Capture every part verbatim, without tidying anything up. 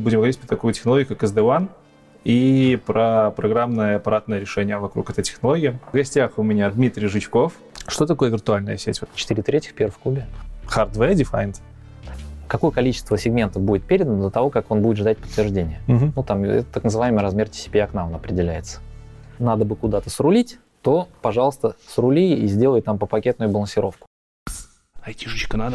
будем говорить про такую технологию, как эс ди ван, и про программное аппаратное решение вокруг этой технологии. В гостях у меня Дмитрий Жичков. Что такое виртуальная сеть? четыре третьих, первый в кубе. Hardware defined. Какое количество сегментов будет передано до того, как он будет ждать подтверждения? Uh-huh. Ну, там это так называемый размер ти си пи окна, он определяется. Надо бы куда-то срулить, то, пожалуйста, срули и сделай там попакетную балансировку. Айтишечка надо.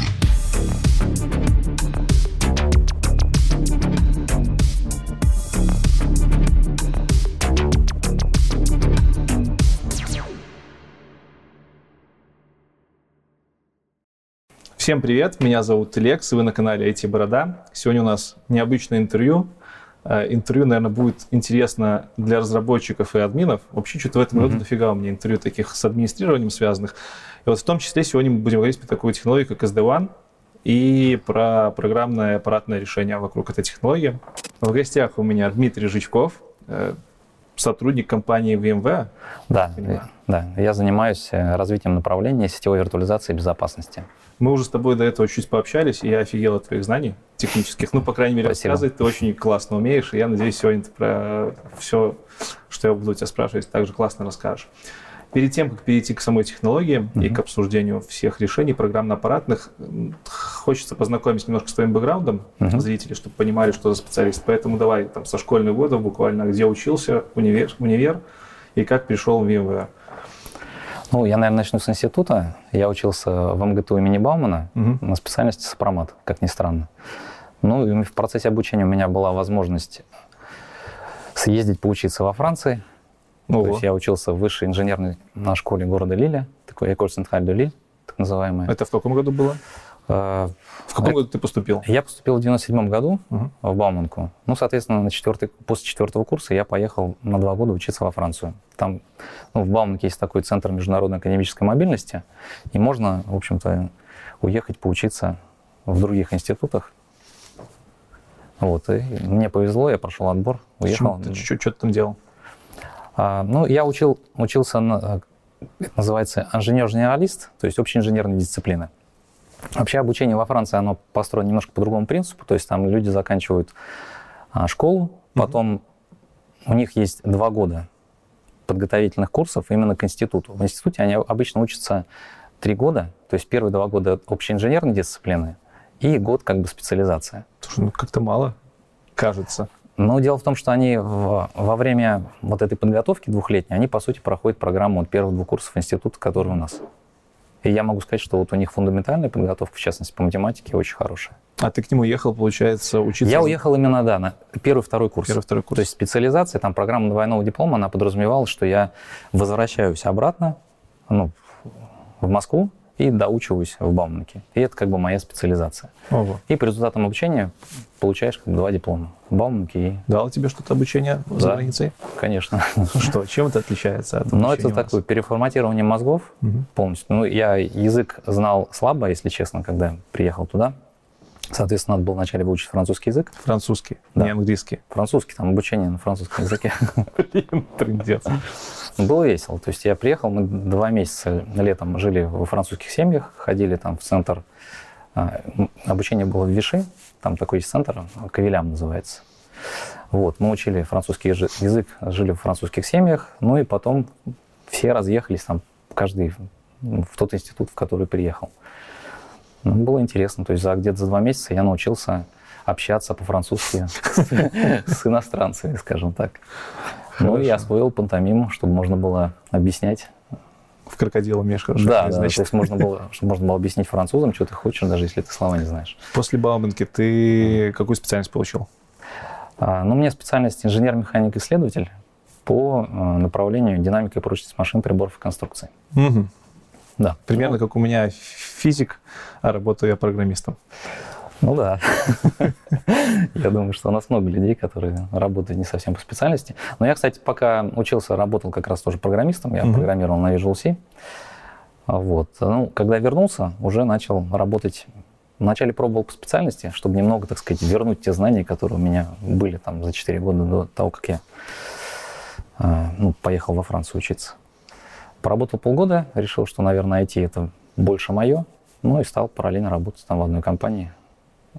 Всем привет, меня зовут Лекс, и вы на канале ай ти-Борода. Сегодня у нас необычное интервью. Интервью, наверное, будет интересно для разработчиков и админов. Вообще, что-то в этом году mm-hmm. дофига у меня интервью таких с администрированием связанных. И вот в том числе сегодня мы будем говорить про такую технологию, как эс ди ван, и про программное аппаратное решение вокруг этой технологии. В гостях у меня Дмитрий Жичков, сотрудник компании ви эм вэр. Да, да, я занимаюсь развитием направления сетевой виртуализации и безопасности. Мы уже с тобой до этого чуть пообщались, и я офигел от твоих знаний технических. Ну, по крайней мере, Спасибо. Рассказывать ты очень классно умеешь, и я надеюсь, сегодня ты про все, что я буду тебя спрашивать, также классно расскажешь. Перед тем, как перейти к самой технологии mm-hmm. и к обсуждению всех решений программно-аппаратных, хочется познакомить немножко с твоим бэкграундом mm-hmm. зрителей, чтобы понимали, что за специалист. Поэтому давай там со школьных годов буквально, где учился, универ, универ и как пришел в ви эм вэр. Ну, я, наверное, начну с института. Я учился в эм гэ тэ у имени Баумана угу. на специальности сопромат, как ни странно. Ну, и в процессе обучения у меня была возможность съездить поучиться во Франции. Ого. То есть я учился в высшей инженерной на школе города Лиля, такой École Centrale de Lille, так называемая. Это в каком году было? В каком году ты поступил? Я поступил в девяносто седьмом году uh-huh. в Бауманку. Ну, соответственно, на четвертый, после четвертого курса я поехал на два года учиться во Францию. Там, ну, в Бауманке есть такой центр международной академической мобильности, и можно, в общем-то, уехать поучиться в других институтах. Вот, и мне повезло, я прошел отбор, уехал. Ты что, что ты там делал? А, ну, я учил, учился, на, это называется инженер-генералист, то есть общеинженерные дисциплины. Вообще обучение во Франции, оно построено немножко по другому принципу, то есть там люди заканчивают а, школу, потом mm-hmm. у них есть два года подготовительных курсов именно к институту. В институте они обычно учатся три года, то есть первые два года общеинженерной дисциплины и год как бы специализация. Слушай, ну как-то мало, кажется. Но дело в том, что они в, во время вот этой подготовки двухлетней, они, по сути, проходят программу от первых двух курсов института, которые у нас. И я могу сказать, что вот у них фундаментальная подготовка, в частности, по математике, очень хорошая. А ты к нему ехал, получается, учиться? Я уехал именно, да, на первый-второй курс. Первый-второй курс. То есть специализация, там программа двойного диплома, она подразумевала, что я возвращаюсь обратно, ну, в Москву и доучиваюсь в Бауманке. И это как бы моя специализация. Ого. И по результатам обучения получаешь как бы два диплома. В Бауманке и... Дало тебе что-то обучение да, за границей? Конечно. Что, чем это отличается от Ну, это такое переформатирование мозгов угу. полностью. Ну, я язык знал слабо, если честно, когда приехал туда. Соответственно, надо было вначале выучить французский язык. Французский, да. не английский. Французский, там обучение на французском языке. Блин, трындец. Было весело. То есть я приехал, мы два месяца летом жили во французских семьях, ходили там в центр. Обучение было в Виши, там такой есть центр, Кавелям называется. Вот, мы учили французский язык, жили в французских семьях, ну и потом все разъехались там, каждый в тот институт, в который приехал. Ну, было интересно, то есть за, где-то за два месяца я научился общаться по-французски с иностранцами, скажем так. Ну и освоил пантомиму, чтобы можно было объяснять. В крокодила умеешь хорошо. Да, да, то есть можно было, чтобы можно было объяснить французам, что ты хочешь, даже если ты слова не знаешь. После Бауманки ты какую специальность получил? А, ну, у меня специальность инженер-механик-исследователь по а, направлению динамика и прочность машин, приборов и конструкций. Угу. Да. Примерно ну, как у меня физик, а работаю я программистом. Ну да. Я думаю, что у нас много людей, которые работают не совсем по специальности. Но я, кстати, пока учился, работал как раз тоже программистом. Я программировал на Visual C. Вот. Ну, когда вернулся, уже начал работать. Вначале пробовал по специальности, чтобы немного, так сказать, вернуть те знания, которые у меня были там за четыре года до того, как я ну, поехал во Францию учиться. Поработал полгода, решил, что, наверное, ай ти это больше мое. Ну и стал параллельно работать там в одной компании.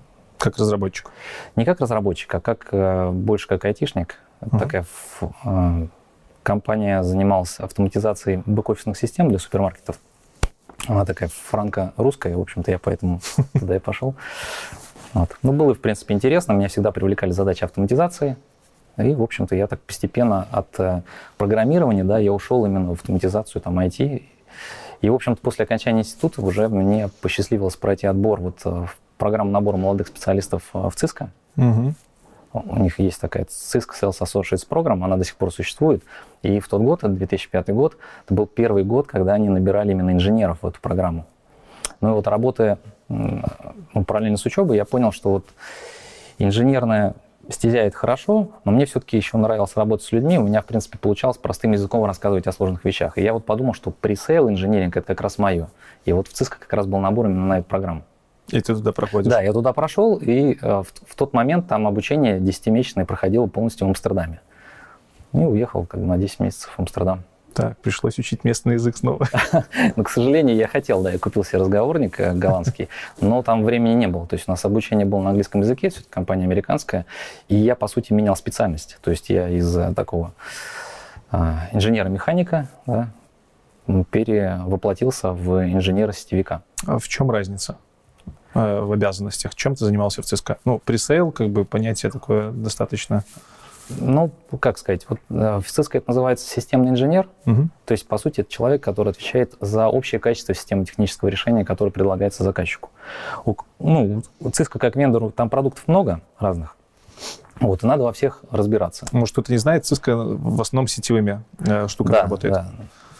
Как разработчик? Не как разработчик, а как, э, больше как айтишник. Uh-huh. Такая э, компания занималась автоматизацией бэк-офисных систем для супермаркетов. Она такая франко-русская, в общем-то, я поэтому туда и пошел. Вот. Ну, было, в принципе, интересно. Меня всегда привлекали задачи автоматизации. И, в общем-то, я так постепенно от э, программирования, да, я ушел именно в автоматизацию, там, ай ти. И, в общем-то, после окончания института уже мне посчастливилось пройти отбор вот в программу набора молодых специалистов в Cisco. Угу. У них есть такая Cisco Sales Associates программа, она до сих пор существует. И в тот год, это две тысячи пятый год, это был первый год, когда они набирали именно инженеров в эту программу. Ну и вот работая ну, параллельно с учебой, я понял, что вот инженерная стезя — это хорошо, но мне все-таки еще нравилось работать с людьми. У меня, в принципе, получалось простым языком рассказывать о сложных вещах. И я вот подумал, что пресейл инженеринг — это как раз мое. И вот в Cisco как раз был набор именно на эту программу. И ты туда проходишь? Да, я туда прошел, и э, в, в тот момент там обучение десятимесячное проходило полностью в Амстердаме. И уехал как бы на десять месяцев в Амстердам. Так, пришлось учить местный язык снова. Но, к сожалению, я хотел, да, я купил себе разговорник голландский, но там времени не было. То есть у нас обучение было на английском языке, все-таки компания американская, и я, по сути, менял специальность. То есть я из такого а, инженера-механика, да, перевоплотился в инженера-сетевика. А в чем разница э, в обязанностях? Чем ты занимался в Cisco? Ну, пресейл, как бы, понятие такое достаточно... Ну, как сказать, вот в Cisco это называется системный инженер. Угу. То есть, по сути, это человек, который отвечает за общее качество системы технического решения, которое предлагается заказчику. У, ну, у Cisco как вендору там продуктов много разных. Вот, и надо во всех разбираться. Может, кто-то не знает, Cisco в основном сетевыми э, штуками да, работает. Да.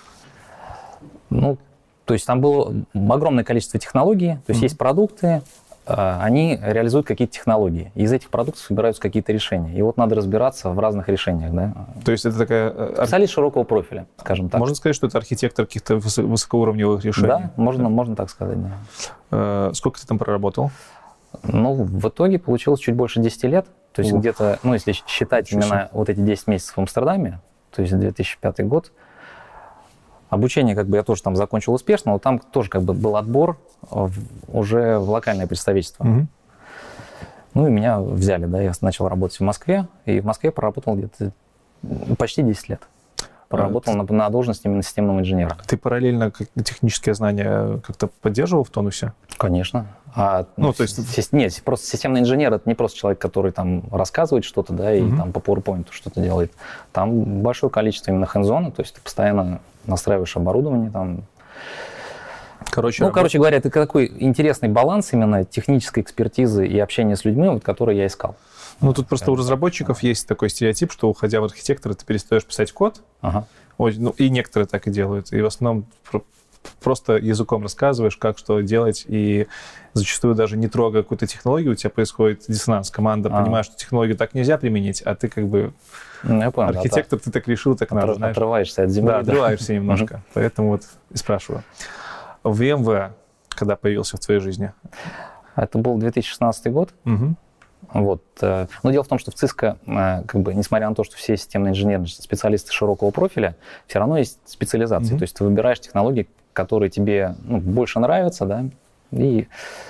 Ну, то есть там было огромное количество технологий, то есть угу. есть продукты, они реализуют какие-то технологии. Из этих продуктов собираются какие-то решения. И вот надо разбираться в разных решениях. Да? То есть это такая... Специалист широкого профиля, скажем так. Можно сказать, что это архитектор каких-то высокоуровневых решений? Да, можно, можно так сказать. Да. Сколько ты там проработал? Ну, в итоге получилось чуть больше десяти лет. То есть Ух. где-то, ну, если считать Чуть именно вот эти десять месяцев в Амстердаме, то есть две тысячи пятый год, обучение как бы я тоже там закончил успешно, но там тоже как бы был отбор в, уже в локальное представительство. Угу. Ну и меня взяли, да, я начал работать в Москве, и в Москве проработал где-то почти десять лет. Проработал а, на, на должности именно системного инженера. Ты параллельно как, технические знания как-то поддерживал в тонусе? Конечно. А, ну, то есть... Си- нет, просто системный инженер — это не просто человек, который там рассказывает что-то, да, и угу. там по PowerPoint что-то делает. Там большое количество именно хэндзона, то есть ты постоянно настраиваешь оборудование там. Короче, ну, работ... короче говоря, это такой интересный баланс именно технической экспертизы и общения с людьми, вот, который я искал. Ну, тут просто у разработчиков есть такой стереотип, что, уходя в архитектора, ты перестаешь писать код. Ага. Ой, ну, и некоторые так и делают. И в основном просто языком рассказываешь, как что делать, и зачастую даже не трогая какую-то технологию, у тебя происходит диссонанс. Команда а. понимает, что технологию так нельзя применить, а ты как бы ну, я понял, архитектор, да, ты так решил, так надо, знаешь. Отрываешься от земли. Да, отрываешься немножко. Поэтому вот и спрашиваю. ви эм вэ когда появился в твоей жизни? Это был две тысячи шестнадцатый год. Угу. Вот. Но дело в том, что в Cisco, как бы, несмотря на то, что все системные инженеры, специалисты широкого профиля, все равно есть специализация. Mm-hmm. То есть ты выбираешь технологии, которые тебе ну, больше нравятся, да, и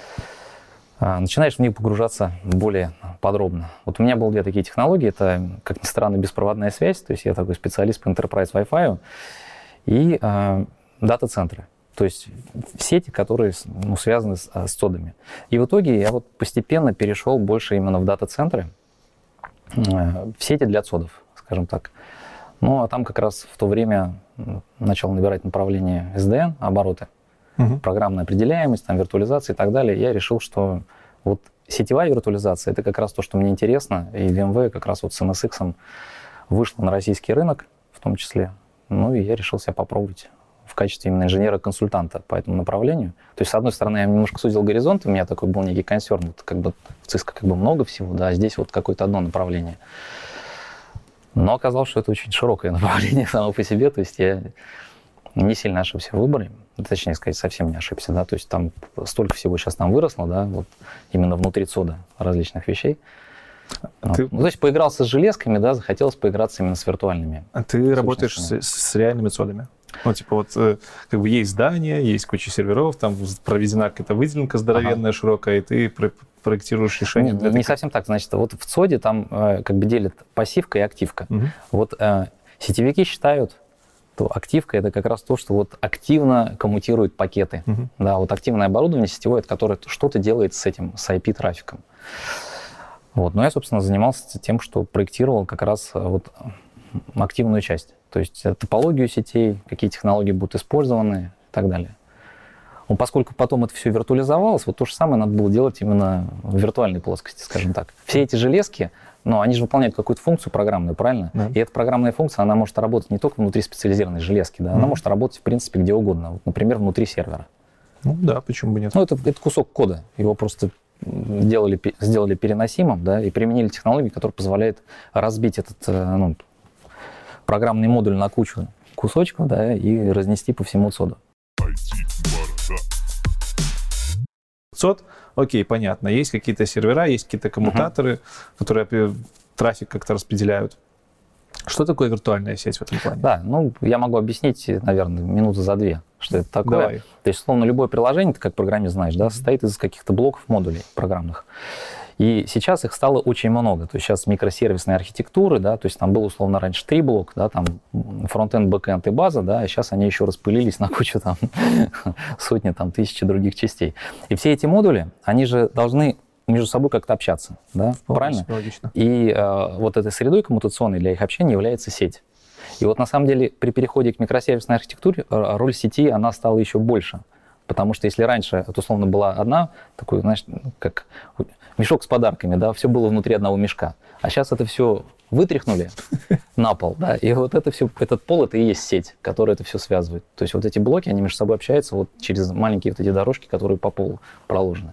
а, начинаешь в них погружаться более подробно. Вот у меня было две такие технологии. Это, как ни странно, беспроводная связь, то есть я такой специалист по Enterprise Wi-Fi, и а, дата-центры. То есть сети, которые ну, связаны с, с цодами. И в итоге я вот постепенно перешел больше именно в дата-центры, э, в сети для цодов, скажем так. Ну, а там как раз в то время начал набирать направление эс ди эн, обороты, угу. программная определяемость, там, виртуализация и так далее. Я решил, что вот сетевая виртуализация — это как раз то, что мне интересно, и ви эм вэ как раз вот с эн эс икс вышла на российский рынок в том числе. Ну, и я решил себя попробовать в качестве именно инженера-консультанта по этому направлению. То есть, с одной стороны, я немножко сузил горизонт, у меня такой был некий консерн, вот как бы в Cisco как бы много всего, да, а здесь вот какое-то одно направление. Но оказалось, что это очень широкое направление само по себе, то есть я не сильно ошибся в выборе, точнее сказать, совсем не ошибся, да, то есть там столько всего сейчас там выросло, да, вот именно внутри цода различных вещей. А ты... ну, то есть поигрался с железками, да, захотелось поиграться именно с виртуальными. А ты работаешь с, с реальными цодами? Ну, типа вот как бы есть здание, есть куча серверов, там проведена какая-то выделенка здоровенная, ага. широкая, и ты про- проектируешь решение. Не, для не таких... совсем так. Значит, вот в ЦОДе там э, как бы делят пассивка и активка. Угу. Вот э, сетевики считают, что активка — это как раз то, что вот активно коммутирует пакеты. Угу. Да, вот активное оборудование сетевое, которое что-то делает с этим, с ай пи-трафиком. Вот. Но я, собственно, занимался тем, что проектировал как раз вот активную часть. То есть топологию сетей, какие технологии будут использованы и так далее. Ну, поскольку потом это все виртуализовалось, вот то же самое надо было делать именно в виртуальной плоскости, скажем так. Все эти железки, ну, они же выполняют какую-то функцию программную, правильно? Да. И эта программная функция, она может работать не только внутри специализированной железки, да, mm-hmm. она может работать, в принципе, где угодно. Вот, например, внутри сервера. Ну да, почему бы нет? Ну, это, это кусок кода. Его просто делали, сделали переносимым, да, и применили технологию, которая позволяет разбить этот, ну, программный модуль на кучу кусочков, да, и разнести по всему ЦОДу. ЦОД, окей, понятно. Есть какие-то сервера, есть какие-то коммутаторы, uh-huh. которые трафик как-то распределяют. Что такое виртуальная сеть в этом плане? Да, ну, я могу объяснить, наверное, минуты за две, что это такое. Давай. То есть, условно, любое приложение, ты как программист знаешь, да, состоит из каких-то блоков, модулей программных. И сейчас их стало очень много. То есть сейчас микросервисные архитектуры, да, то есть там было условно раньше три блока, да, там фронтенд, бэкэнд и база, да, а сейчас они еще распылились на кучу там сотни, там тысячи других частей. И все эти модули, они же должны между собой как-то общаться, да, О, правильно? Логично. И э, вот этой средой коммутационной для их общения является сеть. И вот на самом деле при переходе к микросервисной архитектуре роль сети, она стала еще больше. Потому что если раньше, это условно была одна, такой, знаешь, как мешок с подарками, да, все было внутри одного мешка. А сейчас это все вытряхнули на пол, да, и вот это все, этот пол, это и есть сеть, которая это все связывает. То есть вот эти блоки, они между собой общаются вот через маленькие вот эти дорожки, которые по полу проложены.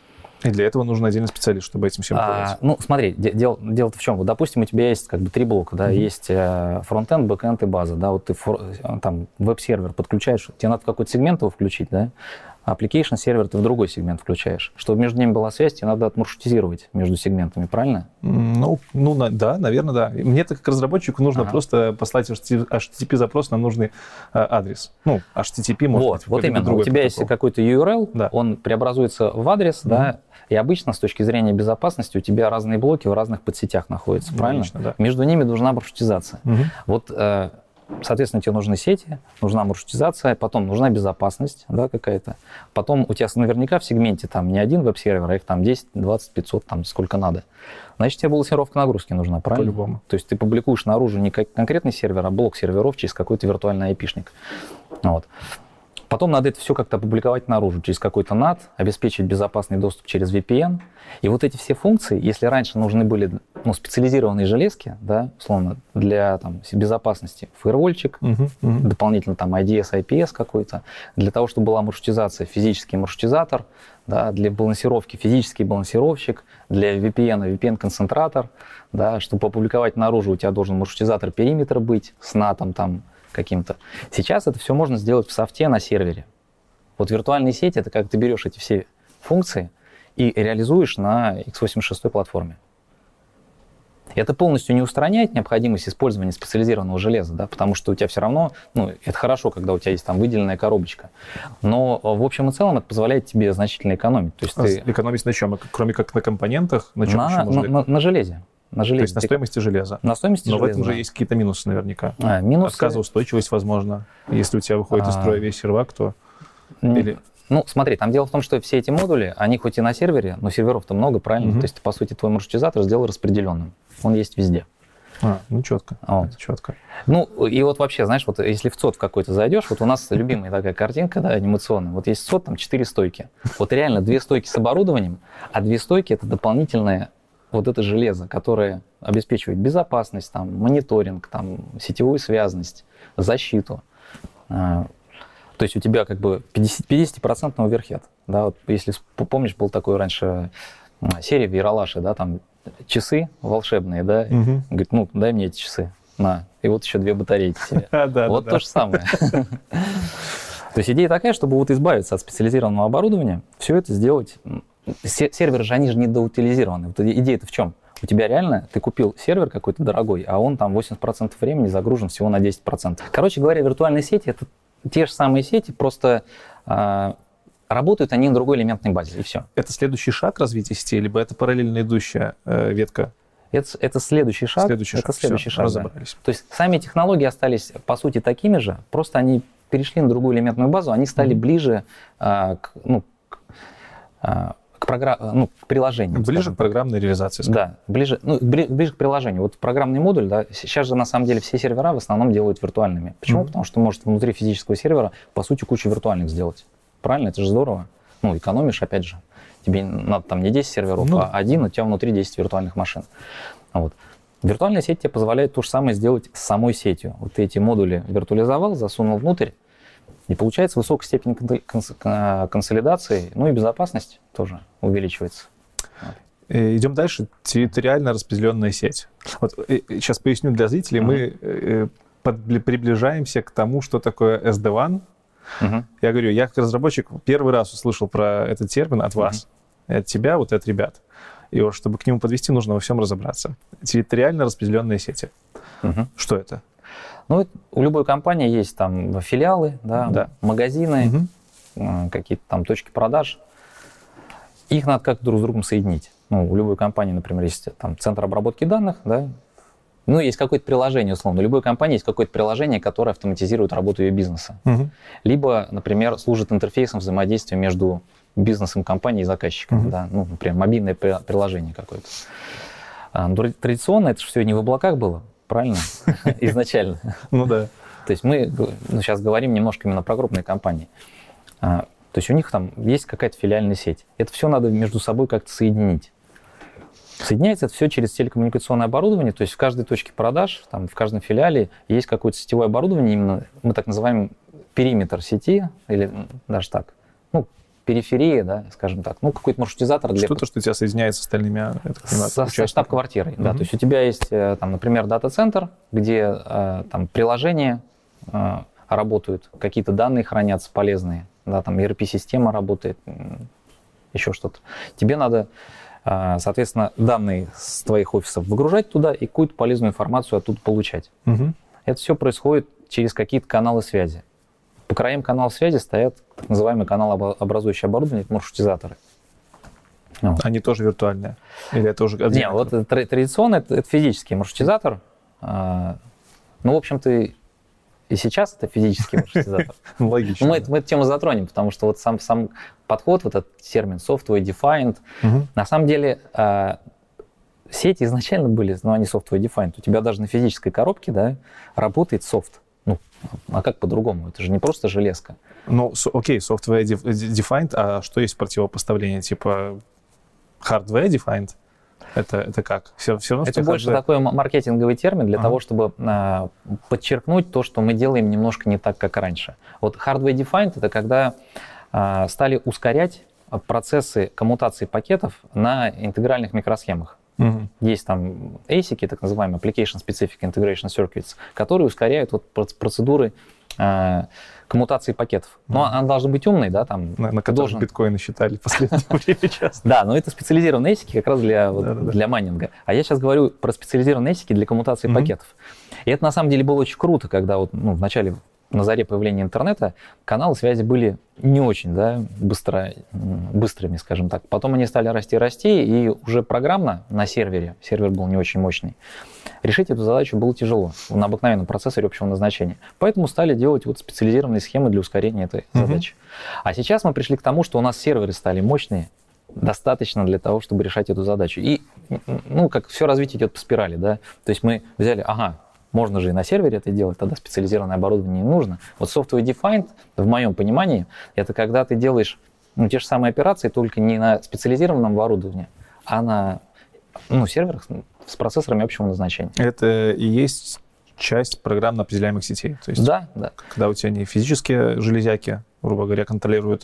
И для этого нужен отдельный специалист, чтобы этим всем управлять. А, ну, смотри, дело, дело-то в чем? Вот, допустим, у тебя есть как бы три блока, да, mm-hmm. есть э, фронтенд, бэкэнд и база, да, вот ты фор, там веб-сервер подключаешь, тебе надо в какой-то сегмент его включить, да, application сервер ты в другой сегмент включаешь. Чтобы между ними была связь, тебе надо отмаршрутизировать между сегментами, правильно? Ну, ну да, наверное, да. Мне-то как разработчику нужно ага. просто послать эйч ти ти пи-запрос на нужный э, адрес. Ну, эйч ти ти пи может вот, быть. Вот именно. У тебя есть какой-то ю ар эл, да. он преобразуется в адрес, mm-hmm. да, и обычно с точки зрения безопасности у тебя разные блоки в разных подсетях находятся, правильно? Логично, да. Между ними должна маршрутизация. Mm-hmm. Вот, э, соответственно, тебе нужны сети, нужна маршрутизация, потом нужна безопасность, да, какая-то. Потом у тебя наверняка в сегменте там не один веб-сервер, а их там десять, двадцать, пятьсот, там сколько надо. Значит, тебе балансировка нагрузки нужна, правильно? По-любому. То есть ты публикуешь наружу не как конкретный сервер, а блок серверов через какой-то виртуальный айпишник. Вот. Потом надо это все как-то опубликовать наружу, через какой-то нат, обеспечить безопасный доступ через ви пи эн. И вот эти все функции, если раньше нужны были, ну, специализированные железки, да, условно, для там, безопасности, фаервольчик, uh-huh, uh-huh. дополнительно там ай ди эс, ай пи эс какой-то, для того, чтобы была маршрутизация, физический маршрутизатор, да, для балансировки физический балансировщик, для ви пи эн ви пи эн-концентратор, да, чтобы опубликовать наружу, у тебя должен маршрутизатор периметра быть с натом там, каким-то. Сейчас это все можно сделать в софте на сервере. Вот виртуальные сети — это как ты берешь эти все функции и реализуешь на икс восемьдесят шесть платформе. Это полностью не устраняет необходимость использования специализированного железа, да, потому что у тебя все равно, ну, это хорошо, когда у тебя есть там выделенная коробочка, но в общем и целом это позволяет тебе значительно экономить. То есть а ты... Экономить на чем? Кроме как на компонентах? На чем на, еще можно? На, на, на железе. На железе. То есть на стоимости железа. На стоимости Но железа. в этом же есть какие-то минусы наверняка. А, минусы... Отказоустойчивость, возможно. Если у тебя выходит из строя весь сервак, то... Или... Ну, смотри, там дело в том, что все эти модули, они хоть и на сервере, но серверов-то много, правильно? Mm-hmm. То есть, по сути, твой маршрутизатор сделал распределенным. Он есть везде. А, ну четко. Вот. четко. Ну, и вот вообще, знаешь, вот если в ЦОД в какой-то зайдешь, вот у нас любимая такая картинка, да, анимационная, вот есть ЦОД, там четыре стойки. Вот реально две стойки с оборудованием, а две стойки — это дополнительное вот это железо, которое обеспечивает безопасность, там, мониторинг, там, сетевую связность, защиту. То есть у тебя как бы пятьдесят процентов оверхед. Да, вот если помнишь, был такой раньше серия в Ералаше, да, там часы волшебные, да, угу. Говорит, ну, дай мне эти часы, на, и вот еще две батарейки себе. Вот то же самое. То есть идея такая, чтобы вот избавиться от специализированного оборудования, все это сделать. Серверы же, они же недоутилизированы. Вот идея-то в чем? У тебя реально, ты купил сервер какой-то дорогой, а он там восемьдесят процентов времени загружен всего на десять процентов. Короче говоря, виртуальные сети — это те же самые сети, просто э, работают они на другой элементной базе, и все. Это следующий шаг развития сети, либо это параллельно идущая э, ветка? Это, это следующий шаг. Следующий это шаг. следующий Все, шаг, разобрались. Да. То есть сами технологии остались, по сути, такими же, просто они перешли на другую элементную базу, они стали mm-hmm. ближе э, к, ну, к, э, к, програ... ну, к приложению. Ближе к программной реализации. Скажем. Да, ближе, ну, ближе к приложению. Вот программный модуль, да, сейчас же на самом деле все сервера в основном делают виртуальными. Почему? Mm-hmm. Потому что может внутри физического сервера, по сути, кучу виртуальных сделать. Правильно? Это же здорово. Ну, экономишь, опять же. Тебе надо там не десять серверов, ну, а один, у тебя внутри десять виртуальных машин. Вот. Виртуальная сеть тебе позволяет то же самое сделать с самой сетью. Вот ты эти модули виртуализовал, засунул внутрь, и получается высокая степень консолидации, ну и безопасность тоже увеличивается. Вот. Идем дальше. Территориально распределенная сеть. Вот, сейчас поясню для зрителей. Uh-huh. Мы под, приближаемся к тому, что такое эс ди ван. Uh-huh. Я говорю, я как разработчик первый раз услышал про этот термин от вас, uh-huh. от тебя, вот от ребят. И вот, чтобы к нему подвести, нужно во всем разобраться. Территориально распределенные сети. Uh-huh. Что это? Ну, у любой компании есть там филиалы, да, да. магазины, uh-huh. какие-то там точки продаж. Их надо как-то друг с другом соединить. Ну, у любой компании, например, есть там центр обработки данных, да. Ну, есть какое-то приложение, условно. У любой компании есть какое-то приложение, которое автоматизирует работу ее бизнеса. Uh-huh. Либо, например, служит интерфейсом взаимодействия между бизнесом компании и заказчиком. Uh-huh. Да? Ну, например, мобильное приложение какое-то. А, ну, традиционно это же все не в облаках было, правильно? Изначально. Ну да. То есть мы сейчас говорим немножко именно про крупные компании. То есть у них там есть какая-то филиальная сеть. Это все надо между собой как-то соединить. Соединяется это все через телекоммуникационное оборудование, то есть в каждой точке продаж, там, в каждом филиале есть какое-то сетевое оборудование, именно мы так называем периметр сети, или даже так, ну, периферия, да, скажем так, ну, какой-то маршрутизатор. Для... Что-то, что тебя соединяет с остальными, я так понимаю, со, со штаб-квартирой, uh-huh. да, то есть у тебя есть, там, например, дата-центр, где там приложения работают, какие-то данные хранятся полезные, да, там и эр пи-система работает, еще что-то. Тебе надо... соответственно, данные с твоих офисов выгружать туда и какую-то полезную информацию оттуда получать. Угу. Это все происходит через какие-то каналы связи. По краям канала связи стоят так называемые каналообразующие оборудование, это маршрутизаторы. Вот. Они тоже виртуальные? Или это уже отдельно? Нет, вот традиционно это, это физический маршрутизатор. Ну, в общем-то, и сейчас это физический маршрутизатор. Логично. Мы, мы эту тему затронем, потому что вот сам, сам подход, вот этот термин software defined, угу. на самом деле э, сети изначально были, но они software defined. У тебя даже на физической коробке, да, работает софт. Ну, а как по-другому? Это же не просто железка. Ну, so, окей, okay, software defined, а что есть противопоставление? Типа hardware defined? Это, это как? Все, все равно, это больше hardware... такой маркетинговый термин для ага. того, чтобы а, подчеркнуть то, что мы делаем немножко не так, как раньше. Вот hardware defined — это когда а, стали ускорять процессы коммутации пакетов на интегральных микросхемах. Угу. Есть там эй сики, так называемые Application Specific Integration Circuits, которые ускоряют вот процедуры а, коммутации пакетов. Но она должна быть умной, да, там... На, на которых должен... биткоины считали в последнее время часто. Да, но это специализированные эй сики как раз для, вот, для майнинга. А я сейчас говорю про специализированные эй сики для коммутации mm-hmm. пакетов. И это на самом деле было очень круто, когда вот, ну, в начале, на заре появления интернета, каналы связи были не очень, да, быстро, быстрыми, скажем так. Потом они стали расти, расти, и уже программно на сервере, сервер был не очень мощный, решить эту задачу было тяжело на обыкновенном процессоре общего назначения. Поэтому стали делать вот специализированные схемы для ускорения этой mm-hmm. задачи. А сейчас мы пришли к тому, что у нас серверы стали мощные, достаточно для того, чтобы решать эту задачу. И, ну, как все развитие идет по спирали, да. То есть мы взяли, ага, можно же и на сервере это делать, тогда специализированное оборудование не нужно. Вот software defined, в моем понимании, это когда ты делаешь, ну, те же самые операции, только не на специализированном оборудовании, а на, ну, серверах с процессорами общего назначения. Это и есть часть программно определяемых сетей. То есть, да, да. Когда у тебя не физические железяки, грубо говоря, контролируют,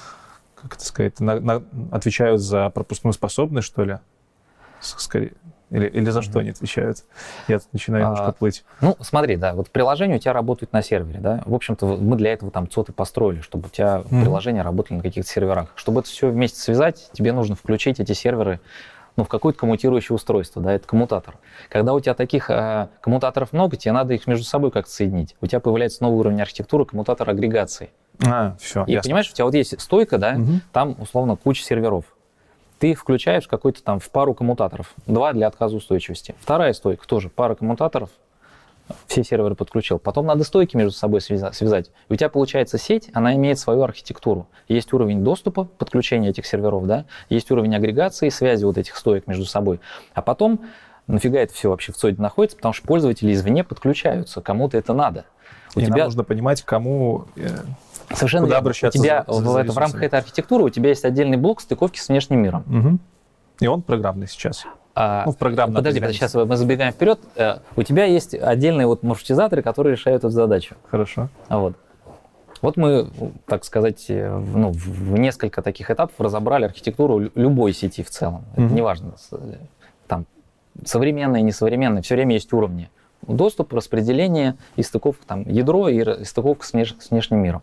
как это сказать, на, на, отвечают за пропускную способность, что ли, скорее. Или, или за что они отвечают? Я тут начинаю немножко а, плыть. Ну, смотри, да, вот приложение у тебя работает на сервере, да. В общем-то, мы для этого там цоты построили, чтобы у тебя mm-hmm. приложения работали на каких-то серверах. Чтобы это все вместе связать, тебе нужно включить эти серверы ну, в какое-то коммутирующее устройство, да, это коммутатор. Когда у тебя таких э, коммутаторов много, тебе надо их между собой как-то соединить. У тебя появляется новый уровень архитектуры, коммутатор агрегации. А, все, И ясно. понимаешь, у тебя вот есть стойка, да, Угу. там, условно, куча серверов. Ты их включаешь какой-то там в пару коммутаторов, два для отказоустойчивости. Вторая стойка тоже, пара коммутаторов, все серверы подключил. Потом надо стойки между собой связать. И у тебя получается сеть, она имеет свою архитектуру. Есть уровень доступа, подключения этих серверов, да, есть уровень агрегации, связи вот этих стоек между собой. А потом, нафига это все вообще в ЦОДе находится, потому что пользователи извне подключаются, кому-то это надо. У И тебя... нам нужно понимать, кому... Совершенно куда верно. обращаться У тебя за, за, в, за это, в рамках этой архитектуры у тебя есть отдельный блок стыковки с внешним миром. Угу. И он программный сейчас. А, ну, в программном подожди, подожди, сейчас мы забегаем вперед. У тебя есть отдельные вот маршрутизаторы, которые решают эту задачу. Хорошо. Вот. Вот мы, так сказать, ну, в несколько таких этапов разобрали архитектуру любой сети в целом. Это угу. неважно, там современные, несовременные, все время есть уровни. Доступ, распределение и стыковка, там, ядро и стыковка с, внеш... с внешним миром.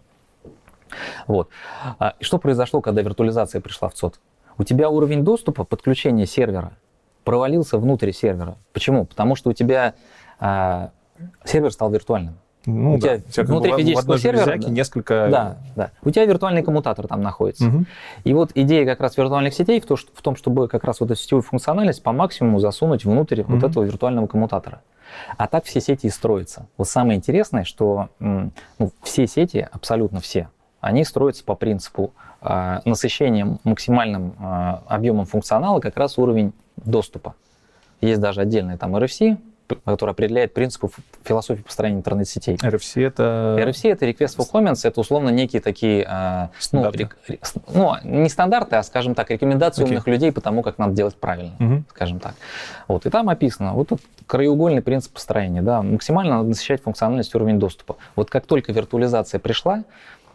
Вот. И что произошло, когда виртуализация пришла в ЦОД? У тебя уровень доступа, подключения сервера провалился внутрь сервера. Почему? Потому что у тебя а, сервер стал виртуальным. Ну, у да. тебя внутри в, физического в сервера да. несколько... Да, да. У тебя виртуальный коммутатор там находится. Угу. И вот идея как раз виртуальных сетей в, то, что, в том, чтобы как раз вот эту сетевую функциональность по максимуму засунуть внутрь угу. вот этого виртуального коммутатора. А так все сети и строятся. Вот самое интересное, что ну, все сети, абсолютно все, они строятся по принципу э, насыщения максимальным э, объемом функционала как раз уровень доступа. Есть даже отдельный там эр эф си, который определяет принципы философии построения интернет-сетей. эр эф си это... эр эф си это Request for Comments, это условно некие такие, э, ну, рек, ну, не стандарты, а, скажем так, рекомендации okay. умных людей по тому, как надо делать правильно, uh-huh. скажем так. Вот, и там описано, вот тут краеугольный принцип построения, да, максимально надо насыщать функциональность уровень доступа. Вот как только виртуализация пришла,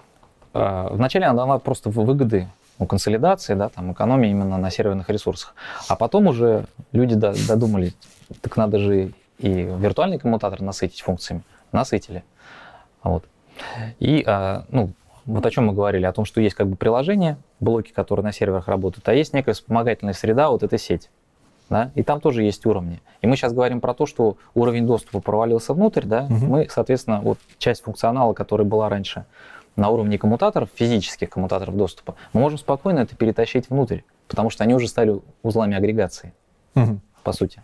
э, вначале она дала просто выгоды, ну, консолидации, да, там, экономии именно на серверных ресурсах, а потом уже люди додумали, так надо же и виртуальный коммутатор насытить функциями. Насытили. Вот. И, а, ну, вот о чем мы говорили, о том, что есть как бы приложение, блоки, которые на серверах работают, а есть некая вспомогательная среда, вот эта сеть. Да? И там тоже есть уровни. И мы сейчас говорим про то, что уровень доступа провалился внутрь, да? Угу. Мы, соответственно, вот часть функционала, которая была раньше на уровне коммутаторов, физических коммутаторов доступа, мы можем спокойно это перетащить внутрь, потому что они уже стали узлами агрегации, угу. по сути.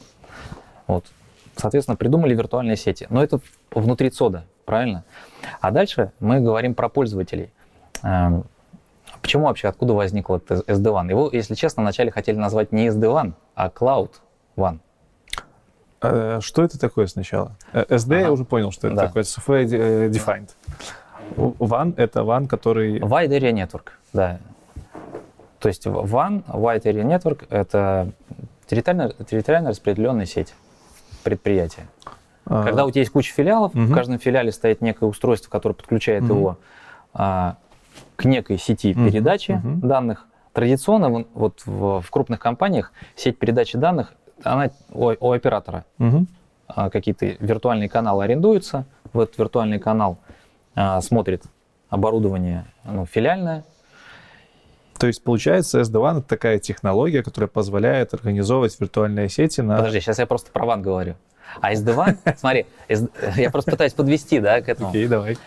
Вот. Соответственно, придумали виртуальные сети. Но это внутри ЦОДа, правильно? А дальше мы говорим про пользователей. Почему вообще, откуда возник вот эс ди ван? Его, если честно, вначале хотели назвать не эс ди ван, а Cloud ван. А что это такое сначала? эс ди ага. я уже понял, что это да. такое. Software Defined. ван — это ван, который... Wide Area Network, да. То есть ван, Wide Area Network — это территориально, территориально распределенная сеть предприятия. А, Когда у тебя есть куча филиалов, угу. в каждом филиале стоит некое устройство, которое подключает угу. его а, к некой сети угу. передачи угу. данных. Традиционно вот в, в крупных компаниях сеть передачи данных, она у, у оператора. Угу. А, какие-то виртуальные каналы арендуются, в этот виртуальный канал а, смотрит оборудование ну, филиальное. То есть, получается, эс ди ван — это такая технология, которая позволяет организовывать виртуальные сети на... Подожди, сейчас я просто про ван говорю. А эс ди ван, смотри, я просто пытаюсь подвести, да, к этому. Окей, давай.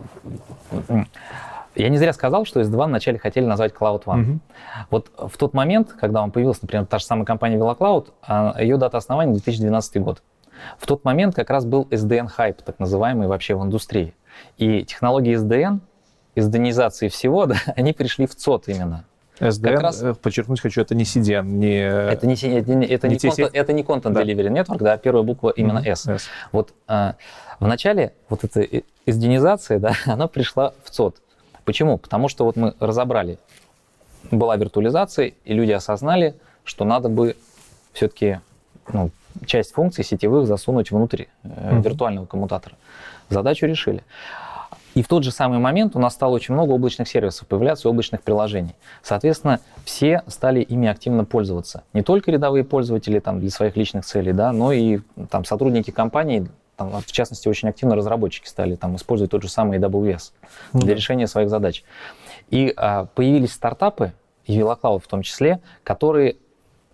Я не зря сказал, что эс ди ван вначале хотели назвать Cloud ван. Вот в тот момент, когда он появился, например, та же самая компания VeloCloud, ее дата основания две тысячи двенадцатый год. В тот момент как раз был эс ди эн-хайп, так называемый вообще в индустрии. И технологии эс ди эн, эсденизации всего, да, они пришли в ЦОД именно. эс ди эн, раз... подчеркнуть хочу, это не си ди эн, не... Это не, это не, это не, контент, это не Content да. Delivery Network, да, первая буква именно mm-hmm. S. S. Вот а, в начале вот эта эсденизация, да, она пришла в ЦОД. Почему? Потому что вот мы разобрали, была виртуализация, и люди осознали, что надо бы все-таки ну, часть функций сетевых засунуть внутрь э, mm-hmm. виртуального коммутатора. Задачу решили. И в тот же самый момент у нас стало очень много облачных сервисов появляться, облачных приложений. Соответственно, все стали ими активно пользоваться. Не только рядовые пользователи там, для своих личных целей, да, но и там, сотрудники компаний, там, в частности, очень активно разработчики стали там, использовать тот же самый эй дабл ю эс mm-hmm. для решения своих задач. И а, появились стартапы, и VeloCloud в том числе, которые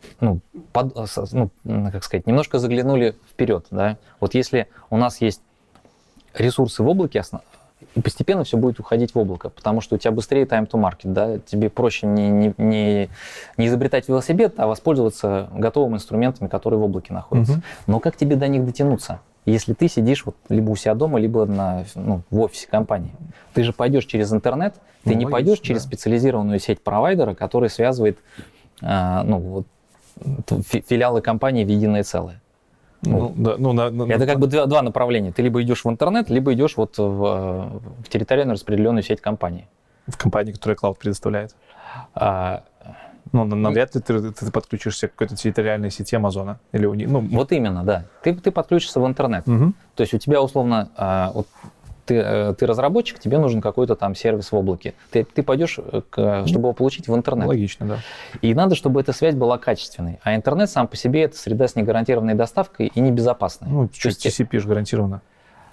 ну, под, ну, как сказать, немножко заглянули вперед, да. Вот если у нас есть ресурсы в облаке, основ... и постепенно все будет уходить в облако, потому что у тебя быстрее time to market, да, тебе проще не, не, не, не изобретать велосипед, а воспользоваться готовыми инструментами, которые в облаке находятся. Угу. Но как тебе до них дотянуться, если ты сидишь вот либо у себя дома, либо на, ну, в офисе компании? Ты же пойдешь через интернет, ты ну, не логично, пойдешь через да. специализированную сеть провайдера, который связывает а, ну, вот, филиалы компании в единое целое. Ну, да, ну, на, на, это на... как бы два, два направления. Ты либо идешь в интернет, либо идешь вот в, в территориально распределенную сеть компании. В компании, которая клауд предоставляет? А, ну, навряд ли ты, ты подключишься к какой-то территориальной сети Амазона. Или у них, ну... Вот именно, да. Ты, ты подключишься в интернет. Угу. То есть у тебя условно... А, вот, Ты, ты разработчик, тебе нужен какой-то там сервис в облаке. Ты, ты пойдешь, к, чтобы его получить в интернет. Логично, да. И надо, чтобы эта связь была качественной. А интернет сам по себе — это среда с негарантированной доставкой и небезопасной. Ну, через ти си пи же гарантированно.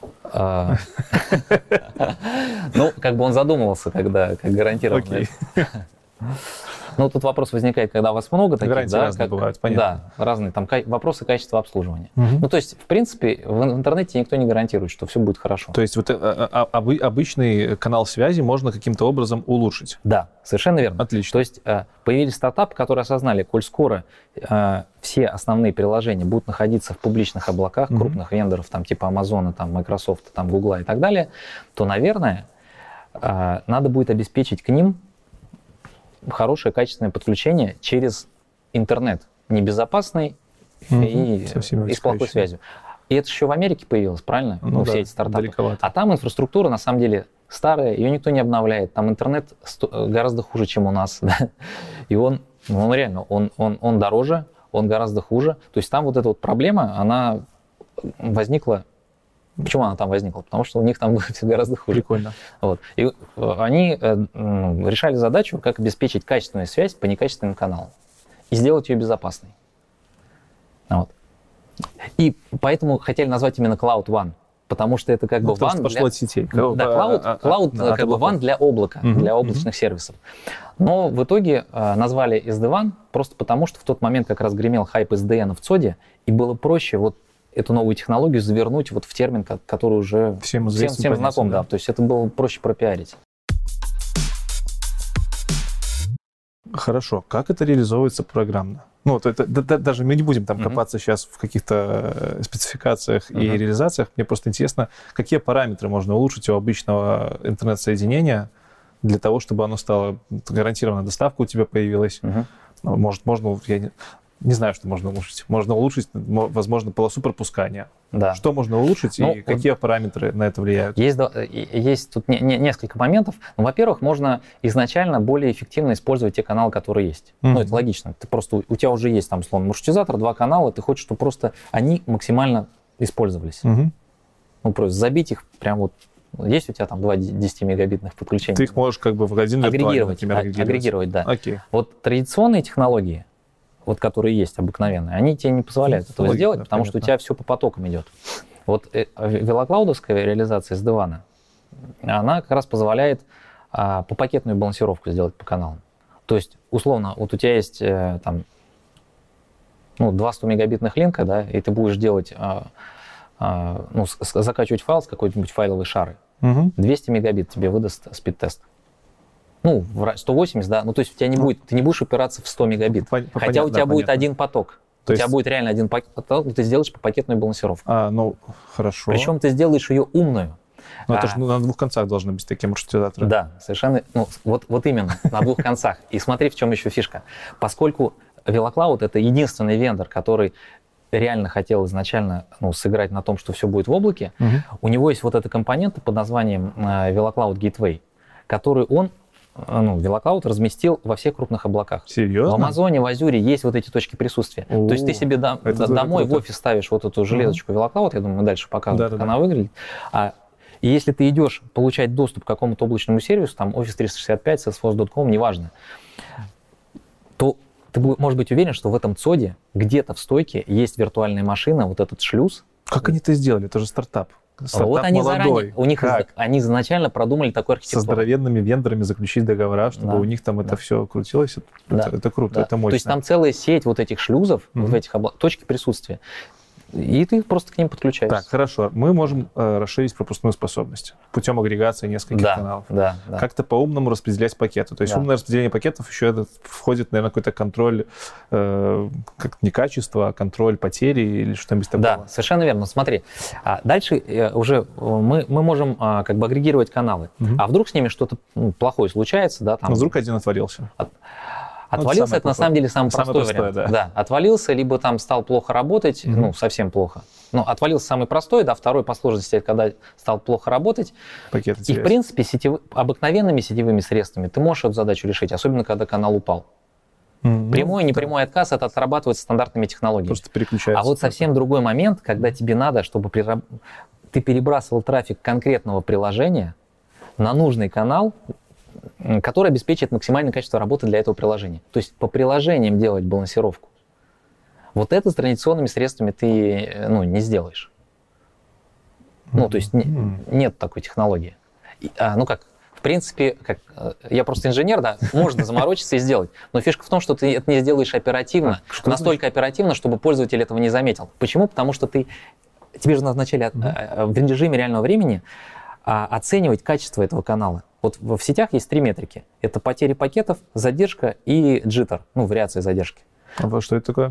Ну, как бы он задумывался, когда как гарантированно. Ну, тут вопрос возникает, когда вас много таких, гарантии да, разные как, бывают, понятно. Да, разные, там вопросы качества обслуживания. Угу. Ну, то есть, в принципе, в интернете никто не гарантирует, что все будет хорошо. То есть, вот а, а, обычный канал связи можно каким-то образом улучшить? Да, совершенно верно. Отлично. То есть, появились стартапы, которые осознали, коль скоро все основные приложения будут находиться в публичных облаках угу. крупных вендоров, там, типа Амазона, там, Microsoft, там, Гугла и так далее, то, наверное, надо будет обеспечить к ним хорошее качественное подключение через интернет, небезопасный mm-hmm. и, и с плохой связью. И это еще в Америке появилось, правильно? Ну, ну все да, эти стартапы. Далековато. А там инфраструктура, на самом деле, старая, ее никто не обновляет. Там интернет гораздо хуже, чем у нас. Да? И он, ну, он реально, он, он, он дороже, он гораздо хуже. То есть там вот эта вот проблема, она возникла. Почему она там возникла? Потому что у них там все гораздо хуже. Прикольно. Вот. И они э, решали задачу, как обеспечить качественную связь по некачественным каналам и сделать ее безопасной. Вот. И поэтому хотели назвать именно Cloud One, потому что это как ну, бы WAN пошло для... от сетей. Да, Cloud, а, Cloud а, как а, бы WAN для облака, угу, для облачных угу. сервисов. Но в итоге э, назвали эс ди WAN просто потому, что в тот момент как раз гремел хайп эс ди эн в ЦОДе, и было проще вот эту новую технологию завернуть вот в термин, который уже всем, всем, всем знаком. Да. Да. То есть это было проще пропиарить. Хорошо. Как это реализовывается программно? Ну, вот это, да, да, даже мы не будем там mm-hmm. копаться сейчас в каких-то спецификациях mm-hmm. и реализациях. Мне просто интересно, какие параметры можно улучшить у обычного интернет-соединения для того, чтобы оно стало гарантированно, доставка у тебя появилась. Mm-hmm. Может, можно... Я не... Не знаю, что можно улучшить. Можно улучшить, возможно, полосу пропускания. Да. Что можно улучшить ну, и какие вот параметры на это влияют? Есть, есть тут не, не, несколько моментов. Ну, во-первых, можно изначально более эффективно использовать те каналы, которые есть. Mm-hmm. Ну, это логично. Ты просто, у тебя уже есть там, условно, маршрутизатор, два канала, ты хочешь, чтобы просто они максимально использовались. Mm-hmm. Ну, просто забить их прям вот. Есть у тебя там два десятимегабитных подключения? Ты их можешь как бы в один агрегировать, например, агрегировать. Агрегировать, да. Okay. Вот традиционные технологии, вот которые есть обыкновенные, они тебе не позволяют ну, этого логично, сделать, потому понятно. Что у тебя все по потокам идет. Вот э, велоклаудовская реализация эс ди WAN, она как раз позволяет а, попакетную балансировку сделать по каналам. То есть, условно, вот у тебя есть э, там, ну, два сто мегабитных линка, да, и ты будешь делать, а, а, ну, с, закачивать файл с какой-нибудь файловой шары. Угу. двести мегабит тебе выдаст спид-тест. Ну, сто восемьдесят, да, ну то есть у тебя не ну, будет, ты не будешь упираться в сто мегабит, по, по, хотя понятно, у тебя да, будет понятно. Один поток, то у есть... тебя будет реально один поток, ты сделаешь по пакетную балансировку. А, ну, хорошо. Причем ты сделаешь ее умную. Ну, а, это же ну, на двух концах должны быть такие маршрутизаторы. Да, совершенно, ну, вот, вот именно, на двух концах. И смотри, в чем еще фишка. Поскольку VeloCloud — это единственный вендор, который реально хотел изначально ну, сыграть на том, что все будет в облаке, угу. у него есть вот эта компонента под названием VeloCloud Gateway, который он ну, VeloCloud разместил во всех крупных облаках. Серьезно? В Амазоне, в Азюре есть вот эти точки присутствия. О, то есть ты себе до, до, домой круто. В офис ставишь вот эту железочку uh-huh. VeloCloud, я думаю, мы дальше покажем, да, как да, она да. выглядит. А, и если ты идешь получать доступ к какому-то облачному сервису, там офис триста шестьдесят пять, salesforce точка ком, неважно, то ты можешь быть уверен, что в этом ЦОДе где-то в стойке есть виртуальная машина, вот этот шлюз. Как они это сделали? Это же стартап. стартап вот они молодой. Заранее, у них как? Они изначально продумали такую архитектуру. Со здоровенными вендорами заключить договора, чтобы да. у них там да. это все крутилось. Да. Это, это круто, да. это мощно. То есть там целая сеть вот этих шлюзов, mm-hmm. вот в этих обла... точки присутствия. И ты просто к ним подключаешься. Так, хорошо. Мы можем э, расширить пропускную способность путем агрегации нескольких да, каналов. Да, да. Как-то по-умному распределять пакеты. То есть да. умное распределение пакетов еще это входит, наверное, какой-то контроль, э, как не качества, а контроль потери или что-нибудь такого. Да, совершенно верно. Смотри, а дальше э, уже мы, мы можем а, как бы агрегировать каналы. Угу. А вдруг с ними что-то ну, плохое случается, да? Там, Но вдруг один отвалился. От... Отвалился, ну, это, это на самом деле самый, самый простой, простой вариант. Да. да, отвалился, либо там стал плохо работать, mm-hmm. ну, совсем плохо. Ну, отвалился самый простой, да, второй по сложности, это когда стал плохо работать. Пакеты и, в принципе, сетев... обыкновенными сетевыми средствами ты можешь эту задачу решить, особенно когда канал упал. Mm-hmm. Прямой и непрямой да. отказ, это отрабатывается стандартными технологиями. Просто переключается. А вот совсем другой момент, когда тебе надо, чтобы прираб... ты перебрасывал трафик конкретного приложения на нужный канал, который обеспечит максимальное качество работы для этого приложения. То есть по приложениям делать балансировку. Вот это с традиционными средствами ты ну, не сделаешь. Ну, то есть не, нет такой технологии. И, а, ну как, в принципе, как, я просто инженер, да, можно заморочиться и сделать. Но фишка в том, что ты это не сделаешь оперативно, а, настолько значит? оперативно, чтобы пользователь этого не заметил. Почему? Потому что ты, тебе же назначали mm-hmm. в режиме реального времени оценивать качество этого канала. Вот в сетях есть три метрики. Это потери пакетов, задержка и джиттер, ну, вариация задержки. А что это такое?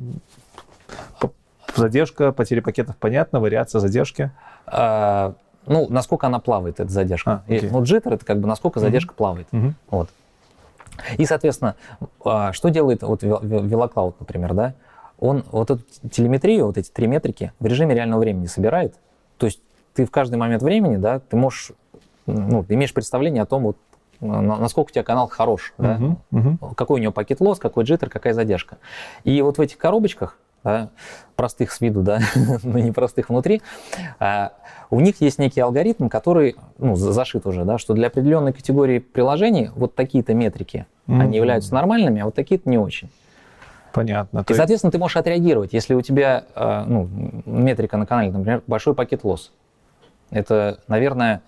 Задержка, потери пакетов, понятно, вариация задержки? А, ну, насколько она плавает, эта задержка. А, и, ну, джиттер — это как бы насколько задержка mm-hmm. плавает. Mm-hmm. Вот. И, соответственно, что делает вот VeloCloud, например, да? Он вот эту телеметрию, вот эти три метрики в режиме реального времени собирает. То есть ты в каждый момент времени, да, ты можешь, ну, ты имеешь представление о том, вот, насколько у тебя канал хорош, uh-huh, да? uh-huh. какой у него пакет-лосс, какой джиттер, какая задержка. И вот в этих коробочках, да, простых с виду, да, но не простых внутри, а, у них есть некий алгоритм, который ну, зашит уже, да, что для определенной категории приложений вот такие-то метрики, uh-huh. они являются нормальными, а вот такие-то не очень. Понятно. И, соответственно, ты можешь отреагировать, если у тебя ну, метрика на канале, например, большой пакет-лосс. Это, наверное,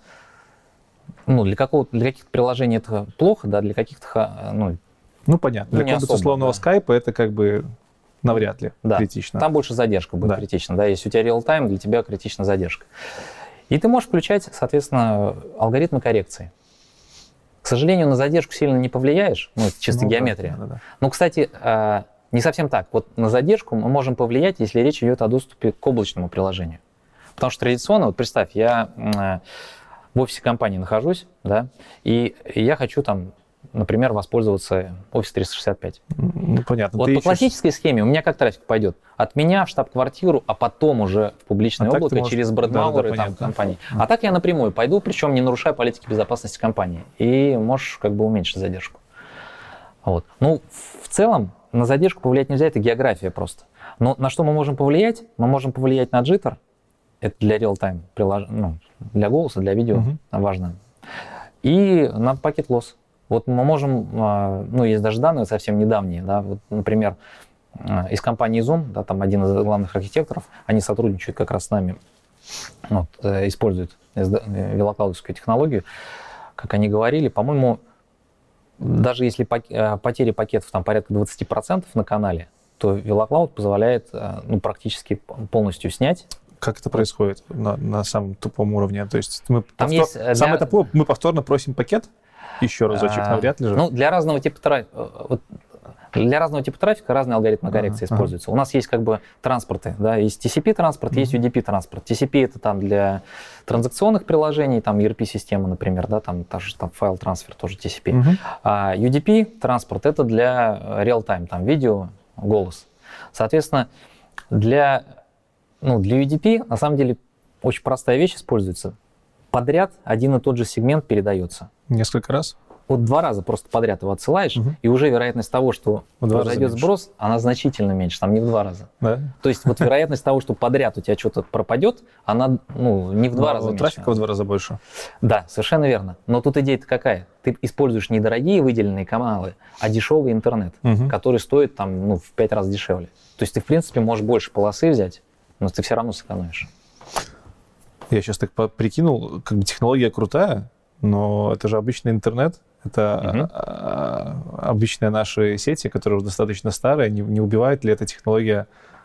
ну, для, какого-то, для каких-то приложений это плохо, да, для каких-то... Ну, ну понятно. Для какого-то условного да. скайпа это как бы навряд ли да. критично. Там больше задержка будет да. критична. Да? Если у тебя реал-тайм, для тебя критична задержка. И ты можешь включать, соответственно, алгоритмы коррекции. К сожалению, на задержку сильно не повлияешь, ну, это чисто ну, геометрия. Да, да, да. Но, кстати, не совсем так. Вот на задержку мы можем повлиять, если речь идет о доступе к облачному приложению. Потому что традиционно, вот представь, я в офисе компании нахожусь, да, и я хочу там, например, воспользоваться Office триста шестьдесят пять. Ну, понятно. Вот Ты по ищешь... классической схеме у меня как трафик пойдет? От меня в штаб-квартиру, а потом уже в публичное а облако можешь... через брендмауэры да, да, там, компании. А. а так я напрямую пойду, причем не нарушая политики безопасности компании. И можешь как бы уменьшить задержку. Вот. Ну, в целом, на задержку повлиять нельзя, это география просто. Но на что мы можем повлиять? Мы можем повлиять на джиттер. Это для реал-тайм, прилож... ну, для голоса, для видео uh-huh. важно. И на пакет-лосс. Вот мы можем, ну, есть даже данные совсем недавние, да, вот, например, из компании Zoom, да, там один из главных архитекторов, они сотрудничают как раз с нами, вот, используют VeloCloud-овскую технологию, как они говорили, по-моему, даже если потери пакетов там порядка двадцать процентов на канале, то VeloCloud позволяет ну, практически полностью снять. Как это происходит на, на самом тупом уровне? То есть мы Там повтор... есть для... самое тупое, мы повторно просим пакет еще разочек, а, навряд ли же. Ну, для разного типа трафика, для разного типа трафика разные алгоритмы коррекции ага, используются. Ага. У нас есть как бы транспорты, да, есть ти си пи-транспорт, mm-hmm. есть ю ди пи-транспорт. ти си пи это там для транзакционных приложений, там и эр пи-система, например, да, там тоже там файл-трансфер, тоже ти си пи. Mm-hmm. А ю ди пи-транспорт это для real-time, там видео, голос. Соответственно, для Ну, для ю ди пи, на самом деле, очень простая вещь используется. Подряд один и тот же сегмент передается. Несколько раз? Вот два раза просто подряд его отсылаешь, угу. и уже вероятность того, что произойдет сброс, она значительно меньше, там не в два раза. Да? То есть вот вероятность того, что подряд у тебя что-то пропадет, она ну, не в два Но раза меньше. Трафика в два раза больше. Да, совершенно верно. Но тут идея-то какая? Ты используешь не дорогие выделенные каналы, а дешевый интернет, угу. который стоит там, ну, в пять раз дешевле. То есть ты, в принципе, можешь больше полосы взять, но ты все равно сэкономишь. Я сейчас так прикинул, как бы технология крутая, но это же обычный интернет, это угу. обычные наши сети, которые уже достаточно старые. Не, не убивает ли эта технология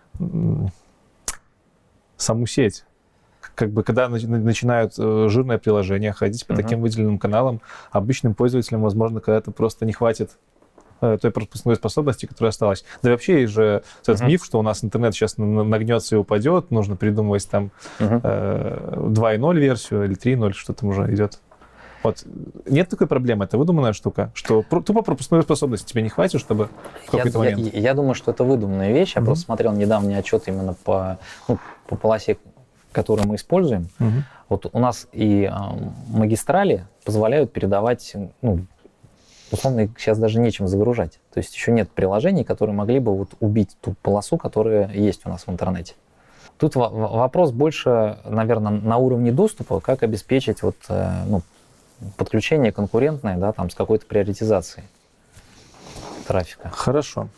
саму сеть? Как бы, когда начинают жирное приложение ходить по uh-huh. таким выделенным каналам, обычным пользователям, возможно, когда-то просто не хватит той пропускной способности, которая осталась. Да и вообще есть же этот uh-huh. миф, что у нас интернет сейчас нагнется и упадет, нужно придумывать там uh-huh. э, два и ноль версию или три и ноль, что там уже идет. Вот. Нет такой проблемы, это выдуманная штука, что тупо пропускной способности тебе не хватит, чтобы в какой-то я, момент... Я, я думаю, что это выдуманная вещь. Я uh-huh. просто смотрел недавний отчет именно по, ну, по полосе, которые мы используем. Угу. Вот у нас и э, магистрали позволяют передавать, ну, условно, их сейчас даже нечем загружать. То есть еще нет приложений, которые могли бы вот убить ту полосу, которая есть у нас в интернете. Тут в- вопрос больше, наверное, на уровне доступа, как обеспечить вот, э, ну, подключение конкурентное, да, там, с какой-то приоритизацией трафика. Хорошо.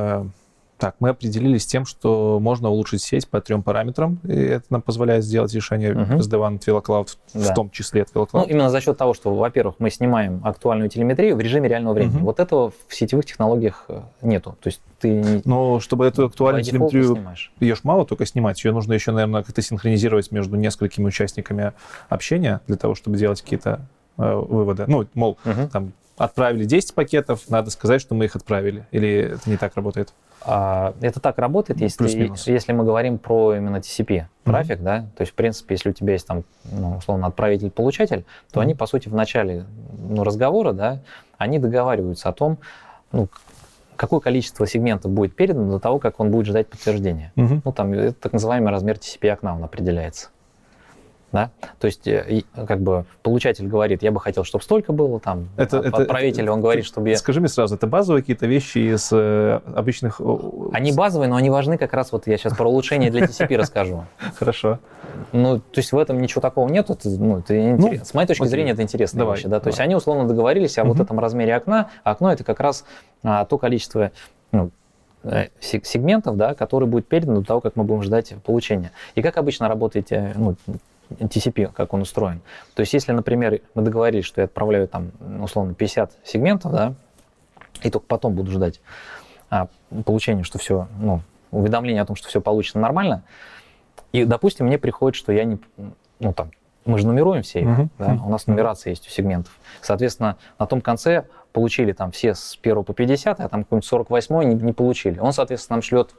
Так, мы определились с тем, что можно улучшить сеть по трем параметрам, и это нам позволяет сделать решение uh-huh. эс ди ван от VeloCloud, да. в том числе от VeloCloud. Ну, именно за счет того, что, во-первых, мы снимаем актуальную телеметрию в режиме реального времени. Uh-huh. Вот этого в сетевых технологиях нету. То есть ты... Но чтобы эту актуальную телеметрию, ее ж мало только снимать, ее нужно еще, наверное, как-то синхронизировать между несколькими участниками общения для того, чтобы делать какие-то э, выводы. Ну, мол, uh-huh. там, отправили десять пакетов, надо сказать, что мы их отправили. Или это не так работает? Это так работает, если, если мы говорим про именно ти си пи трафик, mm-hmm. да, то есть, в принципе, если у тебя есть там, ну, условно, отправитель-получатель, то mm-hmm. они, по сути, в начале ну, разговора, да, они договариваются о том, ну, какое количество сегментов будет передано до того, как он будет ждать подтверждения. Mm-hmm. Ну, там, это так называемый размер ти си пи окна, он определяется. Да? То есть, и, как бы, получатель говорит, я бы хотел, чтобы столько было, там, это, отправитель, это, он говорит, чтобы... Скажи мне сразу, это базовые какие-то вещи из э, обычных... Они базовые, но они важны как раз, вот я сейчас про улучшение для ти си пи расскажу. Хорошо. Ну, то есть в этом ничего такого нет, это, ну, это ну, с моей точки окей. зрения, это интересная давай, вещь, да, то давай. есть они условно договорились о угу. вот этом размере окна, а окно это как раз а, то количество... Ну, сегментов, да, которые будут переданы до того, как мы будем ждать получения. И как обычно работает ну, ти си пи, как он устроен. То есть, если, например, мы договорились, что я отправляю там, условно, пятьдесят сегментов, да, и только потом буду ждать а, получения, что все, ну, уведомление о том, что все получено нормально, и, допустим, мне приходит, что я не, ну, там, мы же нумеруем все их, uh-huh. да, у нас нумерация есть у сегментов. Соответственно, на том конце получили там все с первого по пятьдесят, а там какой-нибудь сорок восьмой не, не получили. Он, соответственно, нам шлет,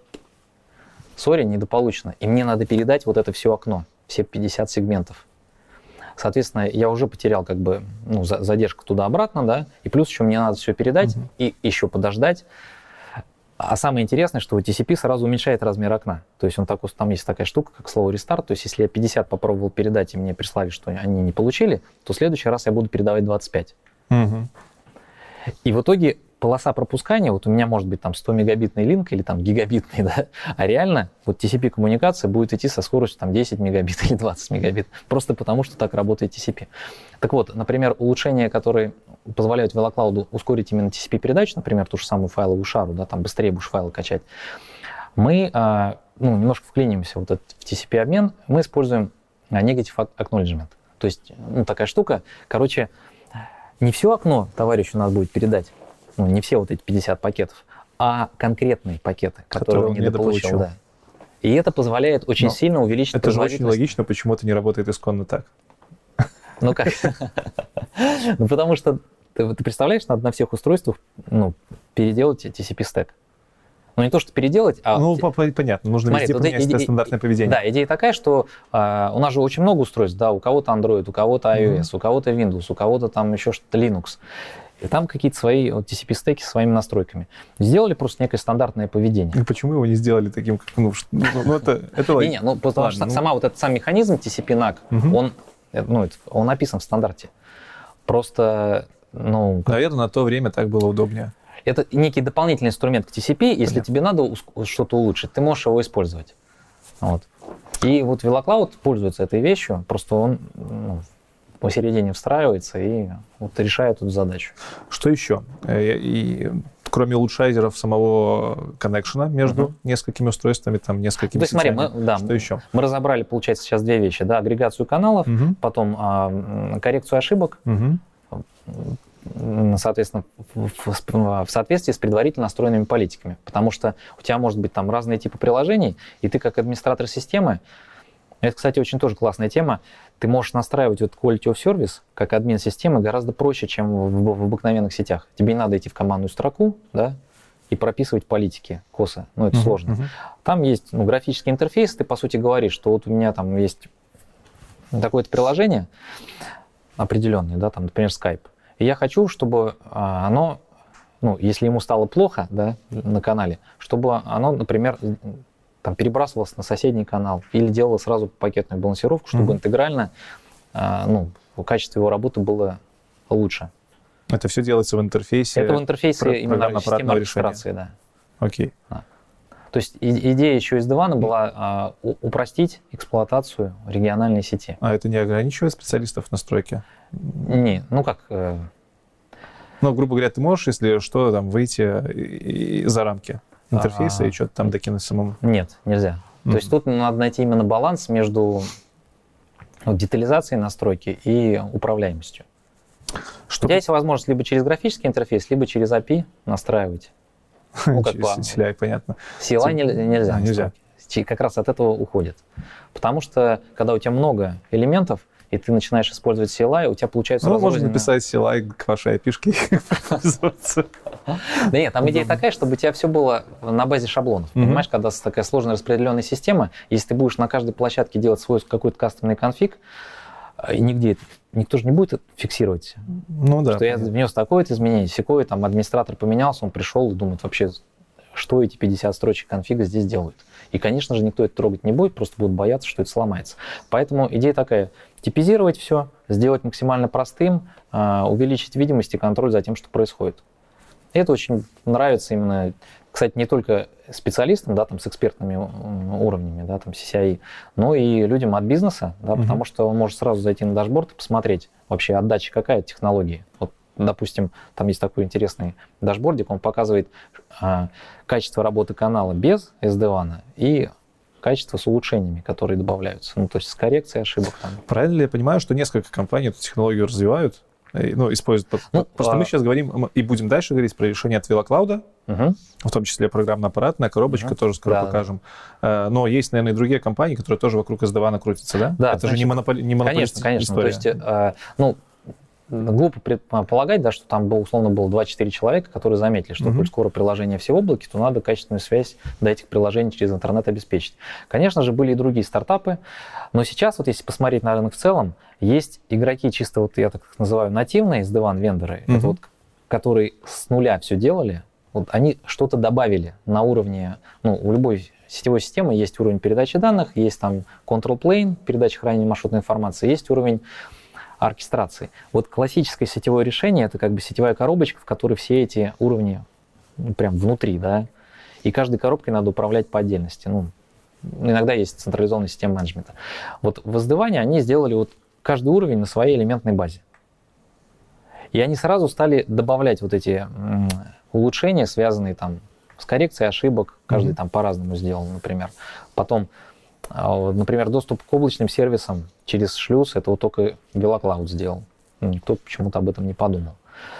сори, недополучено, и мне надо передать вот это все окно, все пятьдесят сегментов. Соответственно, я уже потерял как бы ну, за, задержку туда-обратно, да, и плюс еще мне надо все передать uh-huh. и еще подождать. А самое интересное, что ти си пи сразу уменьшает размер окна. То есть он так, там есть такая штука, как слово рестарт. То есть если я пятьдесят попробовал передать, и мне прислали, что они не получили, то в следующий раз я буду передавать двадцать пять. Uh-huh. И в итоге полоса пропускания, вот у меня может быть там сто мегабитный линк или там гигабитный, да, а реально вот ти си пи-коммуникация будет идти со скоростью там десять мегабит или двадцать мегабит, просто потому что так работает ти си пи. Так вот, например, улучшения, которые позволяют VeloCloud ускорить именно ти си пи-передачу, например, ту же самую файловую шару, да, там быстрее будешь файлы качать, мы а, ну, немножко вклинимся вот этот, в ти си пи-обмен, мы используем negative acknowledgement. То есть ну, такая штука, короче, не все окно товарищу надо будет передать, ну, не все вот эти пятьдесят пакетов, а конкретные пакеты, которые, которые он недополучил. Да. И это позволяет очень Но сильно увеличить это же очень логично, почему это не работает исконно так. Ну как? Ну потому что ты представляешь, надо на всех устройствах переделать ти си пи-стэк. Ну не то, что переделать, а... Ну понятно, нужно везде поменять стандартное поведение. Да, идея такая, что у нас же очень много устройств, да, у кого-то Android, у кого-то iOS, у кого-то Windows, у кого-то там еще что-то Linux. И там какие-то свои вот, ти си пи-стеки с своими настройками. Сделали просто некое стандартное поведение. И почему его не сделали таким, как... Ну, ну это, это логично. Не, ну, потому Ладно, что ну... сама вот этот сам механизм ти си пи-нак, угу. он, ну, он написан в стандарте. Просто, ну... Наверное, на то время так было удобнее. Это некий дополнительный инструмент к ти си пи. Если Понятно. Тебе надо что-то улучшить, ты можешь его использовать. Вот. И вот VeloCloud пользуется этой вещью, просто он... Ну, посередине встраивается и вот решает эту задачу. Что еще? И, кроме улучшайзеров самого коннекшена между uh-huh. несколькими устройствами, там, несколькими То есть, смотри, мы, да, что еще? Мы разобрали, получается, сейчас две вещи. Да, агрегацию каналов, uh-huh. потом а, коррекцию ошибок, uh-huh. соответственно, в, в, в соответствии с предварительно настроенными политиками. Потому что у тебя может быть там разные типы приложений, и ты как администратор системы, это, кстати, очень тоже классная тема, ты можешь настраивать вот quality of service как админ системы гораздо проще, чем в, в, в обыкновенных сетях. Тебе не надо идти в командную строку, да, и прописывать политики косы. Ну, это uh-huh, сложно. Uh-huh. Там есть ну, графический интерфейс, ты, по сути, говоришь, что вот у меня там есть такое-то приложение определенное, да, там, например, Skype. И я хочу, чтобы оно, ну, если ему стало плохо, да, на канале, чтобы оно, например, там, перебрасывалось на соседний канал или делало сразу пакетную балансировку, чтобы mm-hmm. интегрально, ну, качество его работы было лучше. Это все делается в интерфейсе? Это в интерфейсе про- именно системы оркестрации, да. Окей. Да. То есть и, идея еще из Девана была а, у, упростить эксплуатацию региональной сети. А это не ограничивает специалистов в настройке? Не, ну как... Э... Ну, грубо говоря, ты можешь, если что, там, выйти и, и за рамки интерфейса а... и что-то там докинуть самому? Нет, нельзя. Mm-hmm. То есть тут надо найти именно баланс между вот, детализацией настройки и управляемостью. Что? У тебя есть возможность либо через графический интерфейс, либо через эй пи ай настраивать. Ну, как через си эл ай, понятно. си эл ай нельзя. А, нельзя. Как раз от этого уходит. Потому что, когда у тебя много элементов, и ты начинаешь использовать си эл ай, у тебя получается... Ну, можно написать си эл ай к вашей эй пи ай-шке и пользоваться. Да нет, там идея такая, чтобы у тебя все было на базе шаблонов. Понимаешь, когда такая сложная распределенная система, если ты будешь на каждой площадке делать свой какой-то кастомный конфиг, и нигде никто же не будет фиксировать, ну, да, что я внес такое-то изменение, секое, там администратор поменялся, он пришел и думает вообще, что эти пятьдесят строчек конфига здесь делают. И, конечно же, никто это трогать не будет, просто будут бояться, что это сломается. Поэтому идея такая, типизировать все, сделать максимально простым, увеличить видимость и контроль за тем, что происходит. И это очень нравится именно, кстати, не только специалистам, да, там, с экспертными уровнями, да, там, си си ай, но и людям от бизнеса, да, uh-huh. потому что он может сразу зайти на дашборд и посмотреть вообще отдача какая технологии. Вот, допустим, там есть такой интересный дашбордик, он показывает а, качество работы канала без эс ди ван и качество с улучшениями, которые добавляются, ну, то есть с коррекцией ошибок. Там. Правильно ли я понимаю, что несколько компаний эту технологию развивают? Ну, используют. Ну, Просто а... мы сейчас говорим и будем дальше говорить про решение от VeloCloud, угу. в том числе программно-аппаратная коробочка, угу. тоже скоро да, покажем. Да. Но есть, наверное, и другие компании, которые тоже вокруг эс ди ван крутятся, да? Да. Это значит, же не, монополи... не монополистская конечно, история. Конечно, конечно. То есть, ну, глупо предполагать, да, что там было, условно было два-четыре человека, которые заметили, что, угу. коль скоро приложение все в облаке, то надо качественную связь до этих приложений через интернет обеспечить. Конечно же, были и другие стартапы, но сейчас, вот если посмотреть на рынок в целом, есть игроки чисто, вот я так называю, нативные эс ди ван вендоры, угу. это вот, которые с нуля все делали, вот они что-то добавили на уровне, ну, у любой сетевой системы есть уровень передачи данных, есть там control plane, передача хранения маршрутной информации, есть уровень оркестрации. Вот классическое сетевое решение — это как бы сетевая коробочка, в которой все эти уровни ну, прям внутри, да, и каждой коробкой надо управлять по отдельности. Ну, иногда есть централизованная система менеджмента. Вот в эс ди ван они сделали вот каждый уровень на своей элементной базе. И они сразу стали добавлять вот эти м, улучшения, связанные там с коррекцией ошибок, каждый mm-hmm. там по-разному сделан, например. Потом, например, доступ к облачным сервисам через шлюз, это вот только VeloCloud сделал. Никто почему-то об этом не подумал.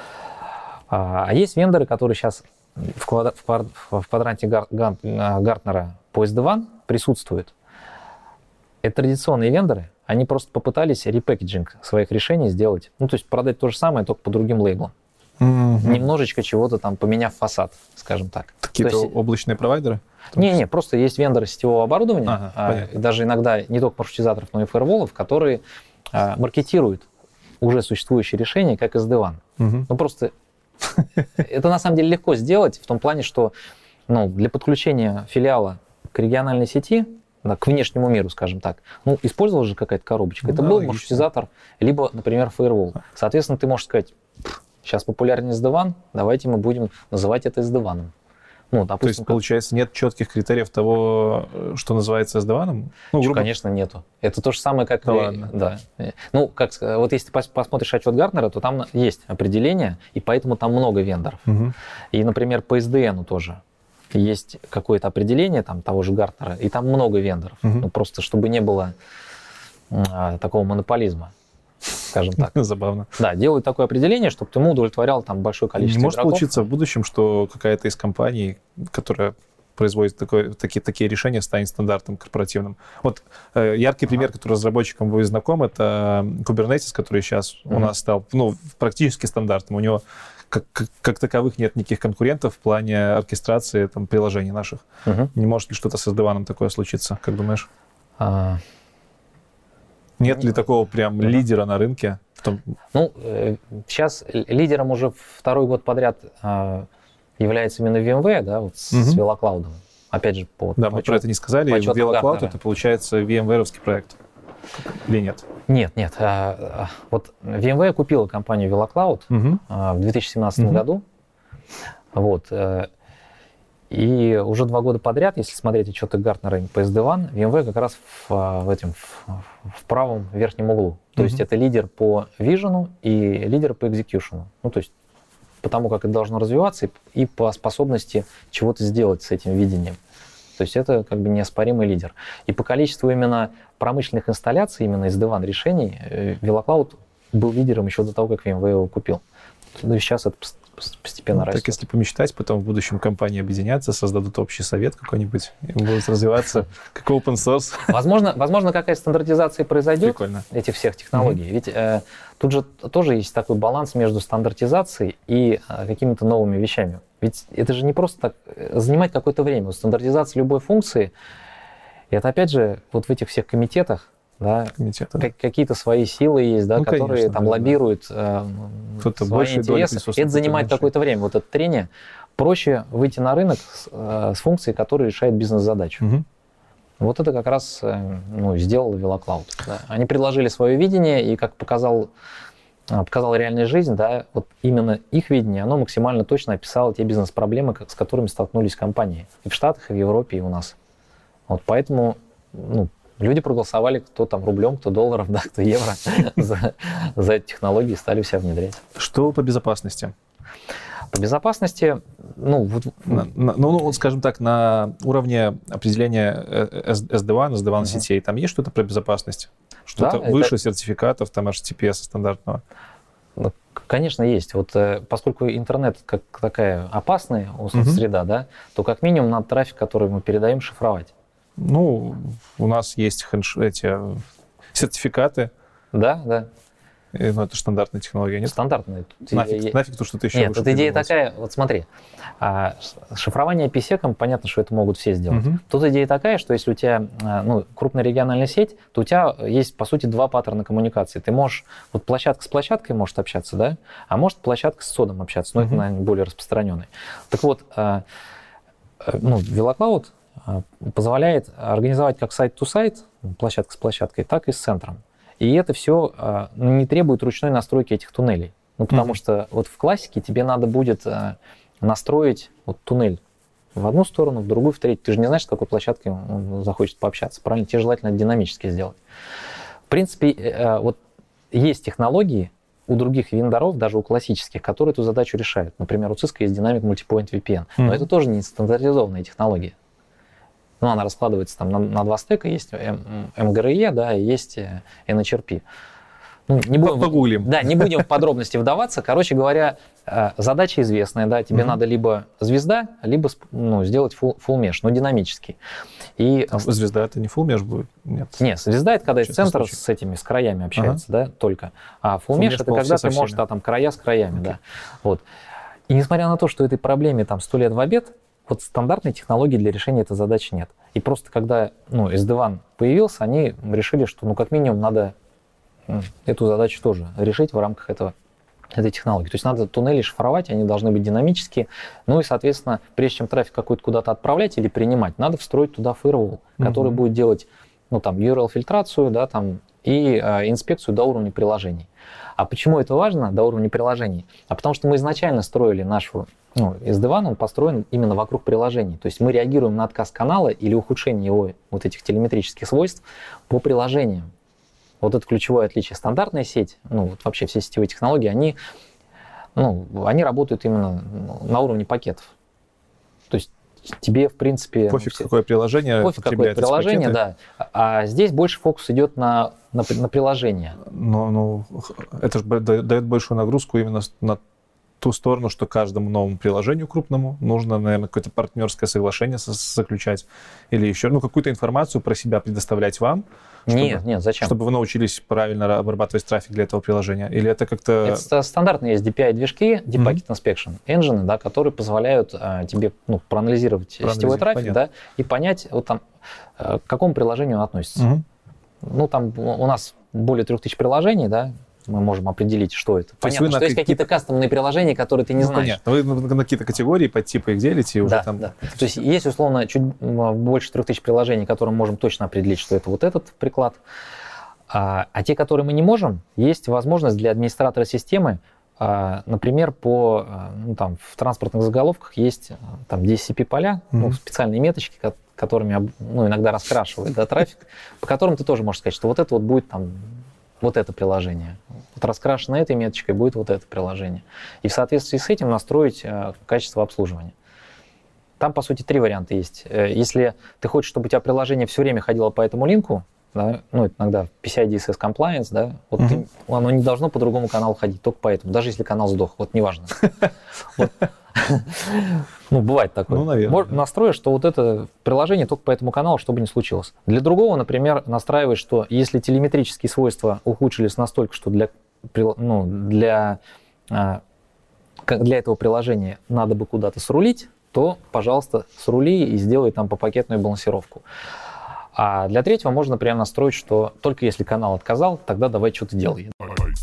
А есть вендоры, которые сейчас в, квадр... в квадранте Гар... Гартнера по эс ди ван присутствуют. Это традиционные вендоры, они просто попытались репэкэджинг своих решений сделать. Ну, то есть продать то же самое, только по другим лейблам. Mm-hmm. Немножечко чего-то там, поменяв фасад, скажем так. Какие-то есть... облачные провайдеры? Не-не, просто есть вендоры сетевого оборудования, ага, а, даже иногда не только маршрутизаторов, но и фаерволов, которые а, маркетируют уже существующие решения как эс ди ван. Mm-hmm. Ну, просто это на самом деле легко сделать в том плане, что ну, для подключения филиала к региональной сети, да, к внешнему миру, скажем так, ну, использовалась же какая-то коробочка. Ну, это да, был логично. Маршрутизатор, либо, например, фаервол. Соответственно, ты можешь сказать, сейчас популярен эс ди ван, давайте мы будем называть это эс ди ван. Ну, допустим, То есть, получается, нет четких критериев того, что называется эс ди ван? Ну, грубо... Конечно, нету. Это то же самое, как... Да, ладно. Да. Ну, как, вот если ты посмотришь отчет Гартнера, то там есть определение, и поэтому там много вендоров. Угу. И, например, по эс ди эн тоже есть какое-то определение там, того же Гартнера, и там много вендоров. Угу. Ну, просто чтобы не было а, такого монополизма, скажем так. Забавно. Да, делают такое определение, чтобы ему удовлетворяло там большое количество Не может игроков. получиться в будущем, что какая-то из компаний, которая производит такое, такие, такие решения, станет стандартом корпоративным. Вот э, яркий пример, ага. который разработчикам будет знаком, это Kubernetes, который сейчас mm-hmm. у нас стал ну, практически стандартом. У него как, как, как таковых нет никаких конкурентов в плане оркестрации там, приложений наших. Mm-hmm. Не может ли что-то с эс ди ван такое случиться, как думаешь? А... Нет ли такого прям mm-hmm. лидера на рынке? В том... Ну, э, сейчас лидером уже второй год подряд... Э, является именно VMware, да, вот с, mm-hmm. с VeloCloud. Опять же, по Да, по мы про это не сказали. VeloCloud — это, получается, VMware-овский проект. Или нет? Нет, нет. А, а, вот VMware купила компанию VeloCloud mm-hmm. а, в две тысячи семнадцатом mm-hmm. году. Вот. А, и уже два года подряд, если смотреть отчеты Гартнера по эс ди ван, VMware как раз в, в, этом, в, в правом верхнем углу. То mm-hmm. есть это лидер по Vision и лидер по Execution. Ну, то есть по тому, как это должно развиваться, и, и по способности чего-то сделать с этим видением. То есть это как бы неоспоримый лидер. И по количеству именно промышленных инсталляций, именно эс ди ван решений, VeloCloud был лидером еще до того, как VMware его купил. Ну и сейчас это постепенно ну, растет. Так если помечтать, потом в будущем компании объединятся, создадут общий совет какой-нибудь, и будут развиваться как open source. Возможно, возможно какая-то стандартизация произойдет Прикольно. Этих всех технологий. Mm-hmm. Ведь э, тут же тоже есть такой баланс между стандартизацией и э, какими-то новыми вещами. Ведь это же не просто так занимать какое-то время. Стандартизация любой функции, это опять же вот в этих всех комитетах, да, комитеты, как, какие-то свои силы есть, да, ну, которые конечно, там да, лоббируют да. э, свои интересы. Это занимает меньше. какое-то время. Вот это трение. Проще выйти на рынок с, э, с функцией, которая решает бизнес-задачу. Угу. Вот это как раз э, ну, сделал VeloCloud. Да. Они предложили свое видение, и как показал, показала реальная жизнь, да, вот именно их видение, оно максимально точно описало те бизнес-проблемы, с которыми столкнулись компании и в Штатах, и в Европе, и у нас. Вот поэтому ну, люди проголосовали, кто там рублем, кто долларом, да, кто евро за, за эти технологии, стали все внедрять. Что по безопасности? По безопасности, ну, вот, на, на, ну, скажем так, на уровне определения эс ди ван, эс ди ван uh-huh. сетей, там есть что-то про безопасность? Что-то да, выше это... сертификатов, там, эйч ти ти пи эс стандартного? Ну, конечно, есть. Вот поскольку интернет как такая опасная uh-huh. среда, да, то как минимум надо трафик, который мы передаем, шифровать. Ну, у нас есть хендш... эти сертификаты. Да, да. И, ну, это стандартная технология, нет? Стандартная. Нафиг, я... нафиг то, что ты еще Нет, тут идея такая, вот смотри, а, шифрование ай пи-секом, понятно, что это могут все сделать. Угу. Тут идея такая, что если у тебя ну, крупная региональная сеть, то у тебя есть, по сути, два паттерна коммуникации. Ты можешь, вот площадка с площадкой может общаться, да, а может площадка с содом общаться, но угу. это, наверное, более распространенный. Так вот, а, ну, VeloCloud позволяет организовать как сайт-ту-сайт, площадка с площадкой, так и с центром. И это все э, не требует ручной настройки этих туннелей. Ну, потому mm-hmm. что вот в классике тебе надо будет э, настроить вот, туннель в одну сторону, в другую, в третью. Ты же не знаешь, с какой площадкой он захочет пообщаться. Правильно? Тебе желательно динамически сделать. В принципе, э, вот есть технологии у других вендоров, даже у классических, которые эту задачу решают. Например, у Cisco есть Dynamic Multipoint ви пи эн. Mm-hmm. Но это тоже не стандартизованная технология. Ну, она раскладывается там на, на два стека, есть эм гэ эр и, да, и есть эн эйч ар пи. Ну, не будем, Погуглим. Да, не будем в подробности вдаваться. Короче говоря, задача известная, да, тебе mm-hmm. надо либо звезда, либо ну, сделать full, full mesh, но динамический. И... А звезда это не full mesh будет? Нет. Нет, звезда это когда центр с этими, с краями общается, ага. да, только. А full, full mesh это когда ты можешь, да, там края с краями, okay. да. Вот. И несмотря на то, что этой проблеме там сто лет в обед, вот стандартной технологии для решения этой задачи нет. И просто когда ну, эс ди ван появился, они решили, что ну как минимум надо ну, эту задачу тоже решить в рамках этого, этой технологии. То есть надо туннели шифровать, они должны быть динамические. Ну и, соответственно, прежде чем трафик какой-то куда-то отправлять или принимать, надо встроить туда firewall, mm-hmm. который будет делать ну, там, ю ар эл-фильтрацию, да, там, и э, инспекцию до уровня приложений. А почему это важно, до уровня приложений? А потому что мы изначально строили нашу ну, эс ди ван, он построен именно вокруг приложений. То есть мы реагируем на отказ канала или ухудшение его вот этих телеметрических свойств по приложениям. Вот это ключевое отличие. Стандартная сеть, ну, вот вообще все сетевые технологии, они, ну, они работают именно на уровне пакетов. То есть тебе, в принципе... Пофиг, ну, какое приложение Пофиг, какое приложение, да. А здесь больше фокус идет на, на, на приложение. Но, ну, это же дает большую нагрузку именно на ту сторону, что каждому новому приложению крупному нужно, наверное, какое-то партнерское соглашение заключать или еще, ну, какую-то информацию про себя предоставлять вам. Чтобы, нет, нет, зачем? Чтобы вы научились правильно обрабатывать трафик для этого приложения. Или это как-то... Это стандартные есть ди пи ай-движки, Deep Packet Inspection Engine, да, которые позволяют а, тебе, ну, проанализировать сетевой трафик, понятно, да, и понять, вот там, к какому приложению он относится. Угу. Ну, там у нас более трех тысяч приложений, да, мы можем определить, что это. То понятно, есть что есть какие-то кастомные приложения, которые ты не ну, знаешь. Понятно. Вы на какие-то категории, подтипы их делите и уже да, там... Да. То есть есть, условно, чуть больше трех тысяч приложений, которым можем точно определить, что это вот этот приклад. А, а те, которые мы не можем, есть возможность для администратора системы, а, например, по, ну, там, в транспортных заголовках есть там ди эс си пи-поля, mm-hmm. ну, специальные меточки, которыми, ну, иногда раскрашивают, да, трафик, по которым ты тоже можешь сказать, что вот это вот будет там вот это приложение. Вот раскрашено этой меточкой будет вот это приложение. И в соответствии с этим настроить э, качество обслуживания. Там, по сути, три варианта есть. Если ты хочешь, чтобы у тебя приложение все время ходило по этому линку, да, ну, это иногда пи си ай ди эс эс Compliance, да, вот uh-huh. ты, оно не должно по другому каналу ходить, только поэтому, даже если канал сдох, вот неважно. Ну, бывает такое. Ну, наверное. Настроишь, что вот это приложение только по этому каналу, чтобы не случилось. Для другого, например, настраиваешь, что если телеметрические свойства ухудшились настолько, что для, ну, для, для этого приложения надо бы куда-то срулить, то, пожалуйста, срули и сделай там попакетную балансировку. А для третьего можно, например, настроить, что только если канал отказал, тогда давай что-то делай.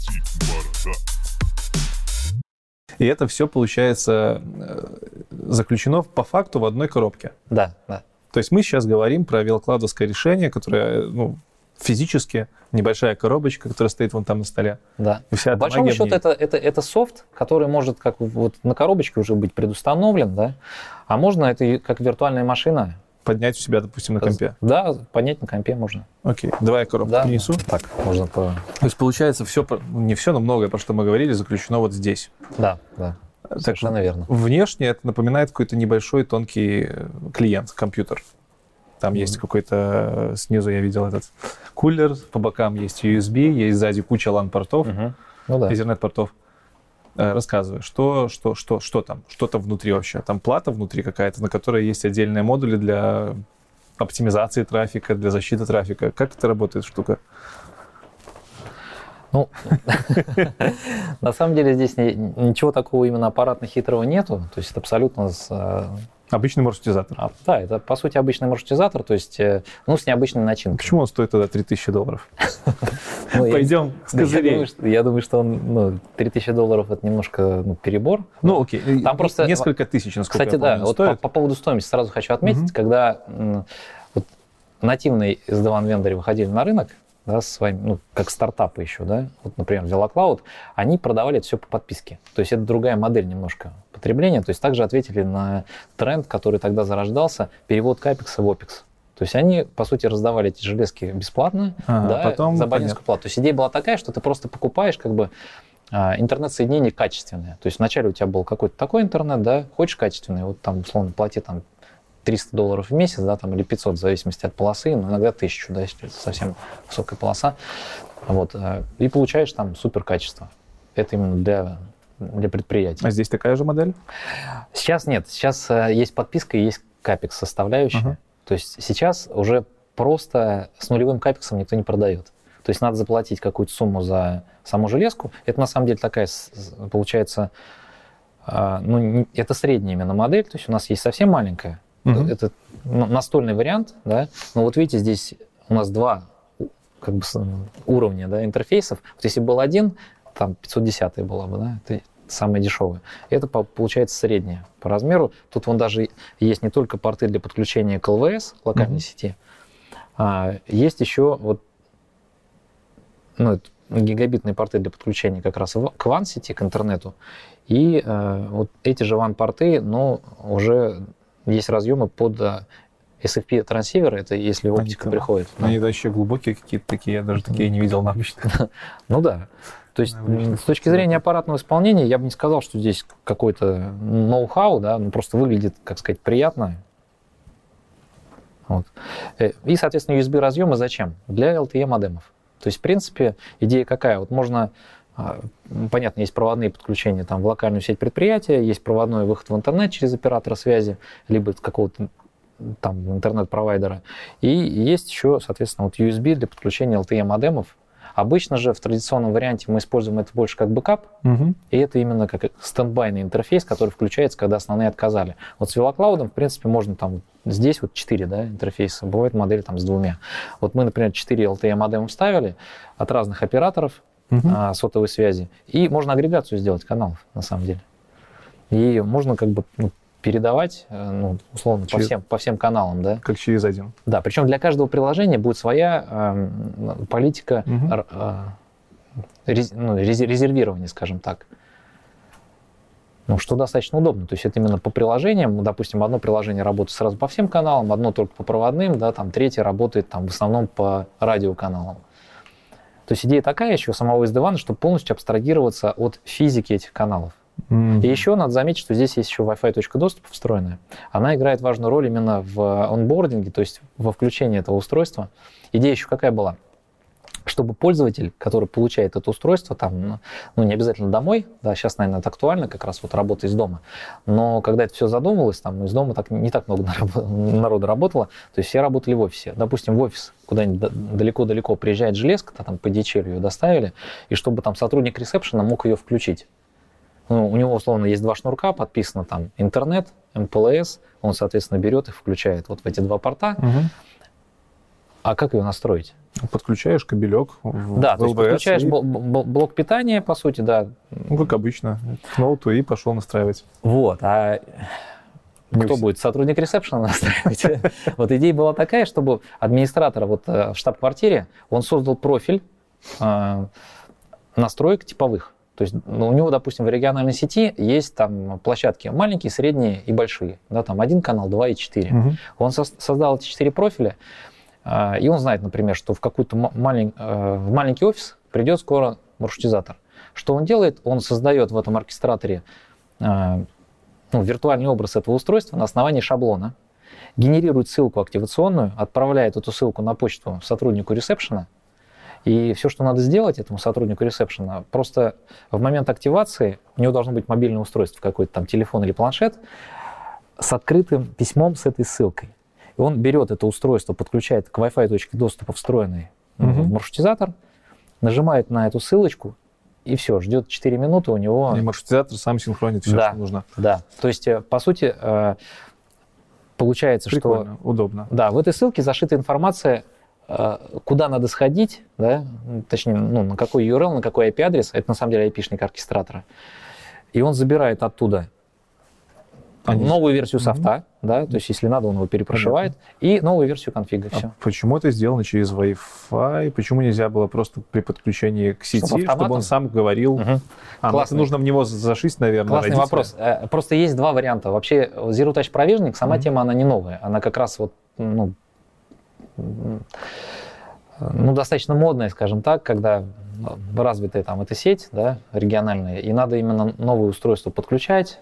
И это все, получается, заключено по факту в одной коробке. Да, да. То есть мы сейчас говорим про велоклаудовское решение, которое, ну, физически небольшая коробочка, которая стоит вон там на столе. Да. По большому счету это, это, это софт, который может как вот на коробочке уже быть предустановлен, да, а можно это как виртуальная машина. Поднять у себя, допустим, на компе. Да, поднять на компе можно. Окей, давай я коробку да. принесу. Так, можно по... То есть получается все, не все, но многое, про что мы говорили, заключено вот здесь. Да, да. Так, совершенно верно. Внешне это напоминает какой-то небольшой тонкий клиент, компьютер. Там mm-hmm. есть какой-то, снизу я видел этот кулер, по бокам есть ю эс би, есть сзади куча лан-портов, mm-hmm. ну, да. Ethernet-портов. Рассказывай, что, что, что, что там, что там внутри вообще? Там плата внутри какая-то, на которой есть отдельные модули для оптимизации трафика, для защиты трафика. Как это работает штука? Ну, на самом деле здесь ничего такого именно аппаратно-хитрого нету. То есть это абсолютно... Обычный маршрутизатор. А, да, это по сути обычный маршрутизатор, то есть, ну, с необычной начинкой. Почему он стоит тогда три тысячи долларов? Пойдем с козырей. Я думаю, что он, три тысячи долларов это немножко перебор. Ну, окей. Там просто несколько тысяч, насколько я помню, стоит. Кстати, да, по поводу стоимости сразу хочу отметить, когда нативные эс ди ван-вендоры выходили на рынок, да, с вами, ну, как стартапы еще, да, вот, например, VeloCloud, они продавали это все по подписке. То есть это другая модель немножко потребления. То есть также ответили на тренд, который тогда зарождался, перевод капекса в опекс. То есть они, по сути, раздавали эти железки бесплатно, ага, да, потом за абонентскую плату. То есть идея была такая, что ты просто покупаешь как бы интернет-соединение качественное. То есть вначале у тебя был какой-то такой интернет, да, хочешь качественный, вот там, условно, плати там триста долларов в месяц, да, там, или пятьсот, в зависимости от полосы, но иногда тысячу, да, если это совсем высокая полоса. Вот, и получаешь там супер качество. Это именно для, для предприятий. А здесь такая же модель? Сейчас нет. Сейчас есть подписка и есть капекс составляющая. Uh-huh. То есть сейчас уже просто с нулевым капексом никто не продает. То есть надо заплатить какую-то сумму за саму железку. Это на самом деле такая, получается, ну, это средняя именно модель. То есть у нас есть совсем маленькая. Uh-huh. Это настольный вариант, да. Но вот видите, здесь у нас два как бы уровня, да, интерфейсов. Вот если был один, там пятьсот десять была бы, да, это самое дешевое. Это получается среднее по размеру. Тут вон даже есть не только порты для подключения к эл ви эс, локальной uh-huh. сети, а есть еще вот, ну, гигабитные порты для подключения как раз к ван-сети, к интернету. И э, вот эти же ван-порты, но уже есть разъемы под эс эф пи-трансиверы, это если оптика они, приходит. Они да, еще глубокие какие-то такие, я даже такие не видел на обычных. Ну да. То есть с точки зрения аппаратного исполнения я бы не сказал, что здесь какой-то ноу-хау, да, ну просто выглядит, как сказать, приятно. Вот. И, соответственно, ю эс би-разъемы зачем? Для эл ти и-модемов. То есть, в принципе, идея какая? Вот можно, понятно, есть проводные подключения там, в локальную сеть предприятия, есть проводной выход в интернет через оператора связи, либо какого-то там интернет-провайдера. И есть еще, соответственно, вот ю эс би для подключения эл ти и-модемов. Обычно же в традиционном варианте мы используем это больше как бэкап, угу. и это именно как стендбайный интерфейс, который включается, когда основные отказали. Вот с VeloCloud, в принципе, можно там, здесь вот четыре, да, интерфейса, бывает модель там с двумя. Вот мы, например, четыре эл ти и-модема вставили от разных операторов угу. а, сотовой связи, и можно агрегацию сделать каналов, на самом деле. И можно как бы... Ну, передавать, ну, условно, через... по, всем, по всем каналам. Да? Как через один. Да, причем для каждого приложения будет своя э, политика угу. э, рез, ну, резервирования, скажем так. Ну, что достаточно удобно. То есть это именно по приложениям. Допустим, одно приложение работает сразу по всем каналам, одно только по проводным, да, там, третье работает там, в основном по радиоканалам. То есть идея такая еще у самого эс ди ван, чтобы полностью абстрагироваться от физики этих каналов. Mm-hmm. И еще надо заметить, что здесь есть еще Wi-Fi точка доступа встроенная. Она играет важную роль именно в онбординге, то есть во включении этого устройства. Идея еще какая была? Чтобы пользователь, который получает это устройство, там, ну, не обязательно домой, да, сейчас, наверное, это актуально, как раз вот работа из дома, но когда это все задумывалось, там, из дома так, не так много народу работало, то есть все работали в офисе. Допустим, в офис куда-нибудь далеко-далеко приезжает железка, там по ди эйч эл ее доставили, и чтобы там сотрудник ресепшена мог ее включить. Ну, у него, условно, есть два шнурка, подписано там интернет, эм пэ эл эс, он, соответственно, берет и включает вот в эти два порта. Угу. А как ее настроить? Подключаешь кабелек в Да, в эл ви эс. То есть подключаешь и... блок питания, по сути, да. Ну, как обычно, к ноуту и пошел настраивать. Вот, а не кто все. Будет? Сотрудник ресепшена настраивать? Вот идея была такая, чтобы администратор вот в штаб-квартире, он создал профиль настроек типовых. То есть ну, у него, допустим, в региональной сети есть там площадки маленькие, средние и большие. Да, там один канал, два и четыре. Угу. Он со- создал эти четыре профиля, э, и он знает, например, что в какой-то малень- э, в маленький офис придет скоро маршрутизатор. Что он делает? Он создает в этом оркестраторе э, ну, виртуальный образ этого устройства на основании шаблона, генерирует ссылку активационную, отправляет эту ссылку на почту сотруднику ресепшена. И все, что надо сделать этому сотруднику ресепшена, просто в момент активации у него должно быть мобильное устройство, какой-то там телефон или планшет, с открытым письмом с этой ссылкой. И он берет это устройство, подключает к Wi-Fi точке доступа встроенный угу. в маршрутизатор, нажимает на эту ссылочку, и все, ждет четыре минуты у него... И маршрутизатор сам синхронит все, да, что нужно. Да, то есть, по сути, получается, прикольно, что... удобно. Да, в этой ссылке зашита информация, куда надо сходить, да, точнее, ну, на какой ю ар эл, на какой ай пи-адрес, это на самом деле ай пи-шник оркестратора, и он забирает оттуда Они... новую версию софта, mm-hmm. да, то есть если надо, он его перепрошивает, mm-hmm. и новую версию конфига, а все. Почему это сделано через Wi-Fi? Почему нельзя было просто при подключении к сети, чтобы, чтобы он сам говорил? Mm-hmm. А, ну, нужно в него зашить, наверное, Классный родителя. Вопрос. Просто есть два варианта. Вообще, Zero Touch Provisioning, сама mm-hmm. тема, она не новая, она как раз вот, ну, ну, достаточно модная, скажем так, когда развитая там эта сеть, да, региональная, и надо именно новые устройства подключать.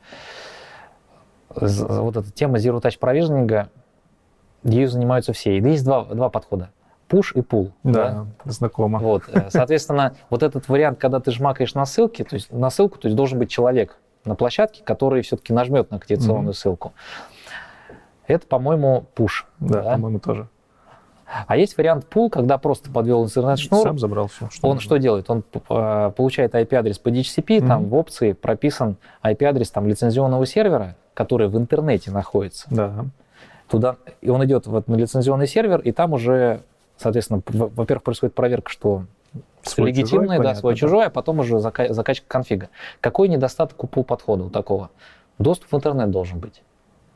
Вот эта тема Zero Touch Provisioning, ею занимаются все. И есть два, два подхода. Push и pull. Да, да? Знакомо. Вот. Соответственно, вот этот вариант, когда ты жмакаешь на ссылки, то есть на ссылку, то есть должен быть человек на площадке, который все-таки нажмет на активационную mm-hmm. ссылку. Это, по-моему, push. Да, да, по-моему, тоже. А есть вариант pull, когда просто подвел интернет-шнур. Сам забрал все. Что он нужно. Что делает? Он э, получает ай пи-адрес по ди эйч си пи, mm-hmm. там в опции прописан ай пи-адрес там, лицензионного сервера, который в интернете находится. Да. Туда, и он идет вот на лицензионный сервер, и там уже, соответственно, во-первых, происходит проверка, что свой легитимный, чужой, да, свой да. чужой, а потом уже зака- закачка конфига. Какой недостаток у pull-подхода у такого? Доступ в интернет должен быть.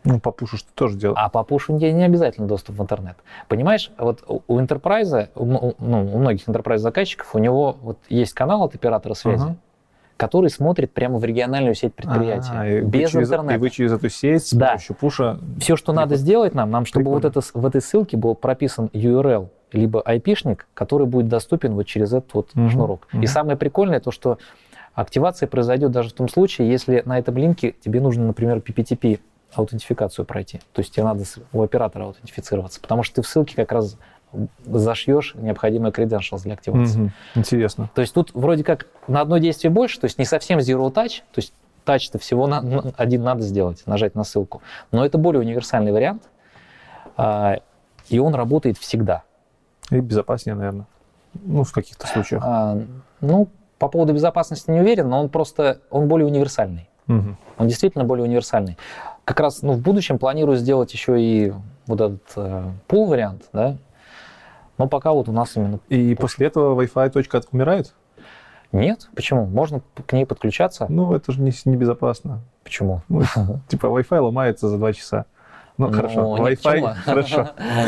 Ну, по пушу что тоже делать. А по пушу не, не обязательно доступ в интернет. Понимаешь, вот у Enterprise, у, ну, у многих Enterprise заказчиков, у него вот есть канал от оператора связи, uh-huh. который смотрит прямо в региональную сеть предприятия, а, без через, интернета. И вы через эту сеть с да. помощью пуша... Все, что надо сделать нам, нам, чтобы вот это, в этой ссылке был прописан ю ар эл, либо айпишник, который будет доступен вот через этот вот uh-huh. шнурок. Uh-huh. И самое прикольное то, что активация произойдет даже в том случае, если на этом линке тебе нужно, например, пи пи ти пи аутентификацию пройти. То есть тебе надо у оператора аутентифицироваться, потому что ты в ссылке как раз зашьешь необходимые credentials для активации. Mm-hmm. Интересно. То есть тут вроде как на одно действие больше, то есть не совсем zero touch, то есть тач-то всего на, один надо сделать, нажать на ссылку. Но это более универсальный вариант, а, и он работает всегда. И безопаснее, наверное. Ну, в каких-то случаях. А, ну, по поводу безопасности не уверен, но он просто, он более универсальный. Mm-hmm. Он действительно более универсальный. Как раз ну, в будущем планирую сделать еще и вот этот э, пул-вариант, да, но пока вот у нас именно... И пул. После этого Wi-Fi точка умирает? Нет, почему? Можно к ней подключаться. Ну, это же не, небезопасно. Почему? Ну, типа Wi-Fi ломается за два часа. Ну, хорошо, Wi-Fi, хорошо.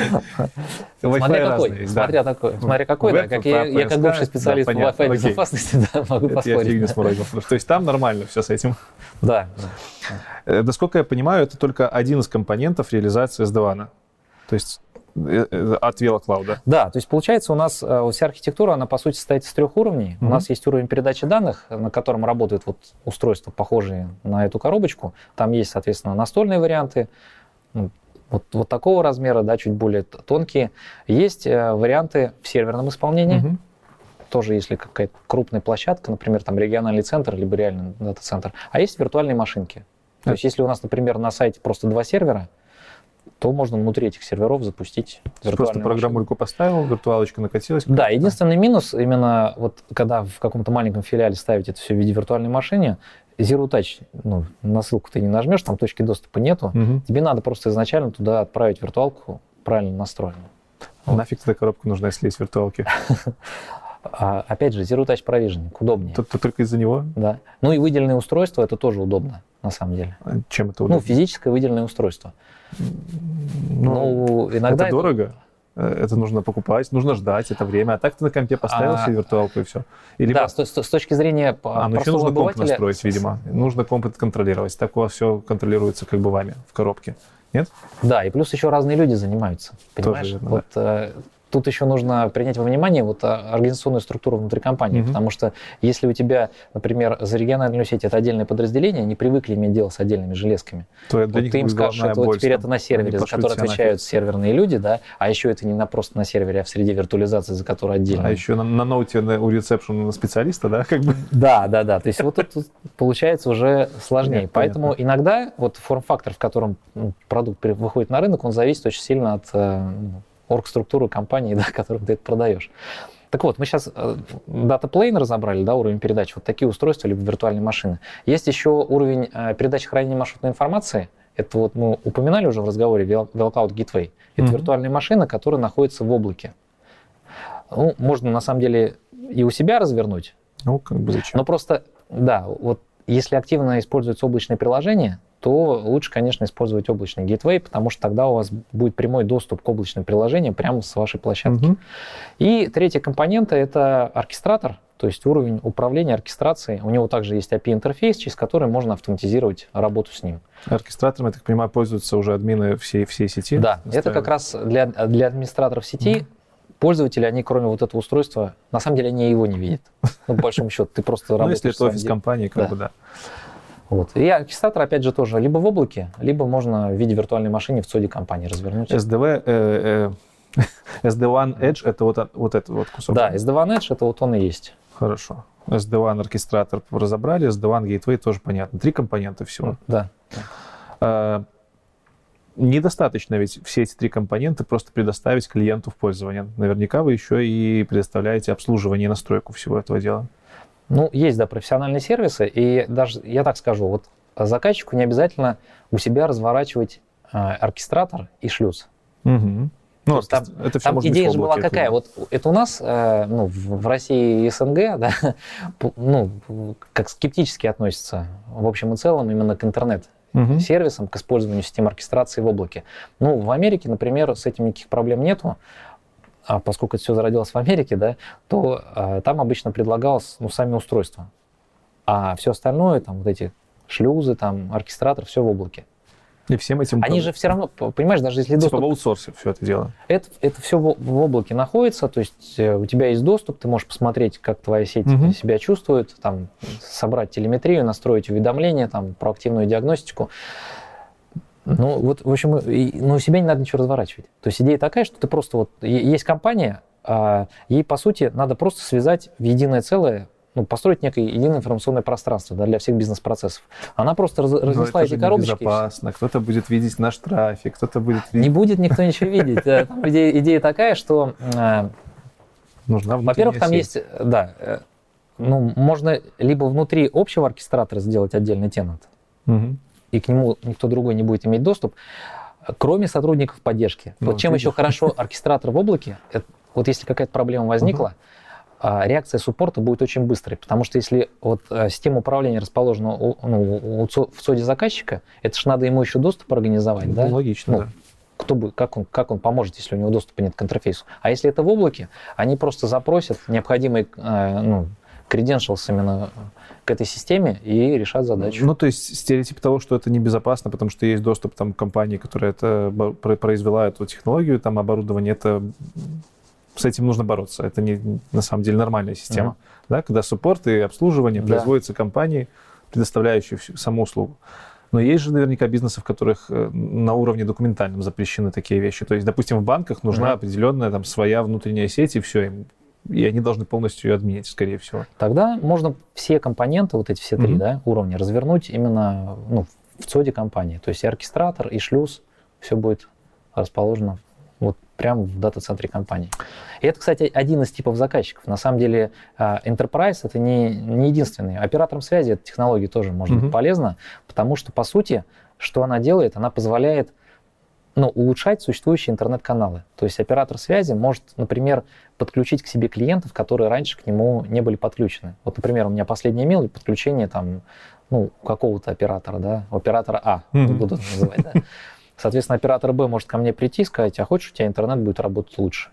Смотря какой, смотря такой, смотря какой, да, как я как бывший специалист по Wi-Fi безопасности, да, могу поспорить. То есть там нормально все с этим? Да. Насколько я понимаю, это только один из компонентов реализации эс ди ван. То есть от VeloCloud. Да, то есть получается у нас вся архитектура, она по сути состоит из трех уровней. Mm-hmm. У нас есть уровень передачи данных, на котором работают вот устройства, похожие на эту коробочку. Там есть, соответственно, настольные варианты, вот, вот такого размера, да, чуть более тонкие. Есть э, варианты в серверном исполнении. Mm-hmm. Тоже если какая-то крупная площадка, например, там региональный центр, либо реальный дата-центр. А есть виртуальные машинки. Mm-hmm. То есть если у нас, например, на сайте просто два сервера, то можно внутри этих серверов запустить виртуальную Просто программульку машину. Поставил, виртуалочка накатилась. Да, единственный минус, именно вот когда в каком-то маленьком филиале ставить это все в виде виртуальной машины, Zero Touch, ну, на ссылку ты не нажмешь, там точки доступа нету, угу. тебе надо просто изначально туда отправить виртуалку правильно настроенную. Вот. Нафиг эта коробка нужна, если есть виртуалки? А, опять же, Zero Touch Provisioning удобнее. Только, только из-за него? Да. Ну и выделенное устройство, это тоже удобно, на самом деле. А чем это удобно? Ну, физическое выделенное устройство. Ну, ну иногда это дорого. Это нужно покупать, нужно ждать это время. А так ты на компе поставил а, себе виртуалку и все. Или да, с, с, с точки зрения а, ну еще нужно комп настроить, видимо. Нужно комп это контролировать. Так у вас все контролируется как бы вами в коробке. Нет? Да, и плюс еще разные люди занимаются. Понимаешь? Тоже, вот, да. Тут еще нужно принять во внимание вот организационную структуру внутри компании, mm-hmm. потому что если у тебя, например, за региональную сеть это отдельное подразделение, они привыкли иметь дело с отдельными железками, то вот ты им скажешь, что вот теперь это на сервере, за который отвечают серверные люди, да, а еще это не на, просто на сервере, а в среде виртуализации, за которую отдельно. А еще на, на ноуте на, у ресепшена специалиста, да, как бы? Да, да, да, то есть вот это получается уже сложнее. Нет, поэтому понятно. Иногда вот форм-фактор, в котором продукт выходит на рынок, он зависит очень сильно от оргструктуру компании, да, которым ты это продаешь. Так вот, мы сейчас Data Plane разобрали, да, уровень передачи, вот такие устройства, либо виртуальные машины. Есть еще уровень э, передачи хранения маршрутной информации. Это вот мы упоминали уже в разговоре VeloCloud Gateway. Это mm-hmm. виртуальная машина, которая находится в облаке. Ну, можно на самом деле и у себя развернуть. Ну, как бы зачем? Но просто, да, вот если активно используется облачное приложение, то лучше, конечно, использовать облачный гейтвей, потому что тогда у вас будет прямой доступ к облачным приложениям прямо с вашей площадки. Mm-hmm. И третья компонента — это оркестратор, то есть уровень управления оркестрацией. У него также есть эй пи ай-интерфейс, через который можно автоматизировать работу с ним. Оркестратором, я так понимаю, пользуются уже админы всей, всей сети? Да, это как раз для, для администраторов сети. Mm-hmm. Пользователи, они кроме вот этого устройства, на самом деле они его не видят. Ну, по большому счету, ты просто работаешь. Ну, если это офис компании, как бы да. Вот. И оркестратор, опять же, тоже либо в облаке, либо можно в виде виртуальной машины в цоде компании развернуть. эс ди ви, э, э, эс ди ван Edge — это вот, вот этот вот кусок? Да, эс ди ван Edge — это вот он и есть. Хорошо. эс ди ван оркестратор разобрали, эс ди ван Gateway тоже понятно. Три компонента всего. Да. А, недостаточно ведь все эти три компонента просто предоставить клиенту в пользование. Наверняка вы еще и предоставляете обслуживание и настройку всего этого дела. Ну, есть, да, профессиональные сервисы, и даже, я так скажу, вот заказчику не обязательно у себя разворачивать э, оркестратор и шлюз. Угу. Ну, там это там идея же была какая? Вот это у нас, э, ну, в, в России и СНГ, да, ну, как скептически относятся в общем и целом именно к интернет угу. сервисам, к использованию системы оркестрации в облаке. Ну, в Америке, например, с этим никаких проблем нету. А поскольку это все зародилось в Америке, да, то а, там обычно предлагалось, ну, сами устройства. А все остальное, там, вот эти шлюзы, там, оркестратор, все в облаке. И всем этим... Они же все равно, понимаешь, даже если типа доступ... в аутсорсе все это дело. Это, это все в, в облаке находится, то есть у тебя есть доступ, ты можешь посмотреть, как твоя сеть угу. себя чувствует, там, собрать телеметрию, настроить уведомления, там, проактивную диагностику. Ну, вот, в общем, и, ну, у себя не надо ничего разворачивать. То есть идея такая, что ты просто вот... Есть компания, а ей, по сути, надо просто связать в единое целое, ну, построить некое единое информационное пространство, да, для всех бизнес-процессов. Она просто раз, разнесла эти коробочки. Безопасно. Кто-то будет видеть наш трафик, кто-то будет видеть... Не будет никто ничего видеть. Там идея, идея такая, что... Нужна внутренняя Во-первых, там сеть. есть... Да, ну, можно либо внутри общего оркестратора сделать отдельный тенант, угу. и к нему никто другой не будет иметь доступ, кроме сотрудников поддержки. Ну, вот чем видишь. Еще хорошо оркестратор в облаке, это, вот если какая-то проблема возникла, угу. реакция суппорта будет очень быстрой, потому что если вот система управления расположена у, ну, в СОДе заказчика, это же надо ему еще доступ организовать, ну, да? Логично, ну, да. Кто будет, как, он, как он поможет, если у него доступа нет к интерфейсу. А если это в облаке, они просто запросят необходимые э, ну, credentials именно к этой системе и решат задачу. Ну, то есть стереотип того, что это небезопасно, потому что есть доступ там, к компании, которая это, произвела эту технологию, там оборудование, это... С этим нужно бороться. Это не, на самом деле нормальная система. Mm-hmm. Да, когда суппорт и обслуживание да. производится компанией, предоставляющей всю, саму услугу. Но есть же наверняка бизнесы, в которых на уровне документальном запрещены такие вещи. То есть, допустим, в банках нужна mm-hmm. определенная там, своя внутренняя сеть, и все. И они должны полностью ее админить, скорее всего. Тогда можно все компоненты, вот эти все три mm-hmm. да, уровня, развернуть именно ну, в СОДе компании. То есть и оркестратор, и шлюз, все будет расположено вот прямо в дата-центре компании. И это, кстати, один из типов заказчиков. На самом деле Enterprise — это не, не единственный. Операторам связи эта технология тоже может mm-hmm. быть полезна, потому что, по сути, что она делает? Она позволяет ну, улучшать существующие интернет-каналы. То есть оператор связи может, например, подключить к себе клиентов, которые раньше к нему не были подключены. Вот, например, у меня последний имейл подключение там, ну, какого-то оператора, да, оператора А, mm-hmm. не буду называть, да. Соответственно, оператор Б может ко мне прийти и сказать, а хочешь, у тебя интернет будет работать лучше?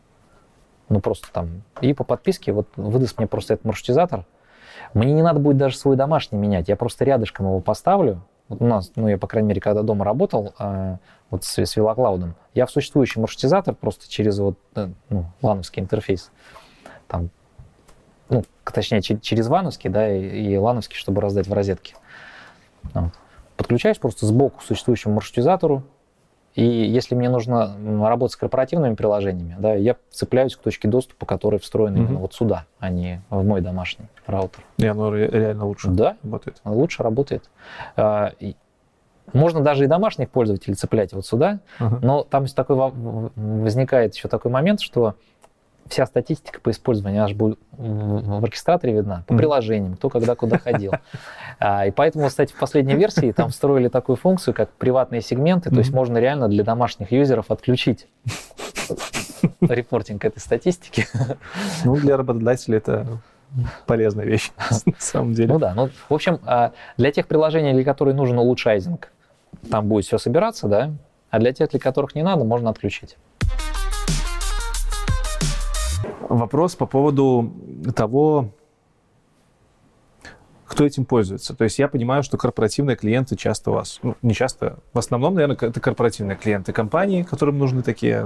Ну, просто там. И по подписке вот выдаст мне просто этот маршрутизатор. Мне не надо будет даже свой домашний менять. Я просто рядышком его поставлю. Вот у нас, ну, я, по крайней мере, когда дома работал, э, вот с, с Велоклаудом, я в существующий маршрутизатор просто через вот, э, ну, лановский интерфейс, там, ну, точнее, ч- через вановский, да, и, и лановский, чтобы раздать в розетке. Вот. Подключаюсь просто сбоку к существующему маршрутизатору, и если мне нужно работать с корпоративными приложениями, да, я цепляюсь к точке доступа, которая встроена mm-hmm. именно вот сюда, а не в мой домашний раутер. И оно реально лучше да, работает? Лучше работает. Можно даже и домашних пользователей цеплять вот сюда, uh-huh. но там такой, возникает еще такой момент, что вся статистика по использованию аж будет в оркестраторе видна, по mm. приложениям, кто когда куда ходил. А, и поэтому, кстати, в последней версии там встроили такую функцию, как приватные сегменты, mm. то есть можно реально для домашних юзеров отключить репортинг этой статистики. Ну, для работодателя это полезная вещь, на самом деле. Ну да, ну, в общем, для тех приложений, для которых нужен улучшайзинг, там будет все собираться, да, а для тех, для которых не надо, можно отключить. Вопрос по поводу того, кто этим пользуется. То есть я понимаю, что корпоративные клиенты часто у вас, ну, не часто, в основном, наверное, это корпоративные клиенты компании, которым нужны такие...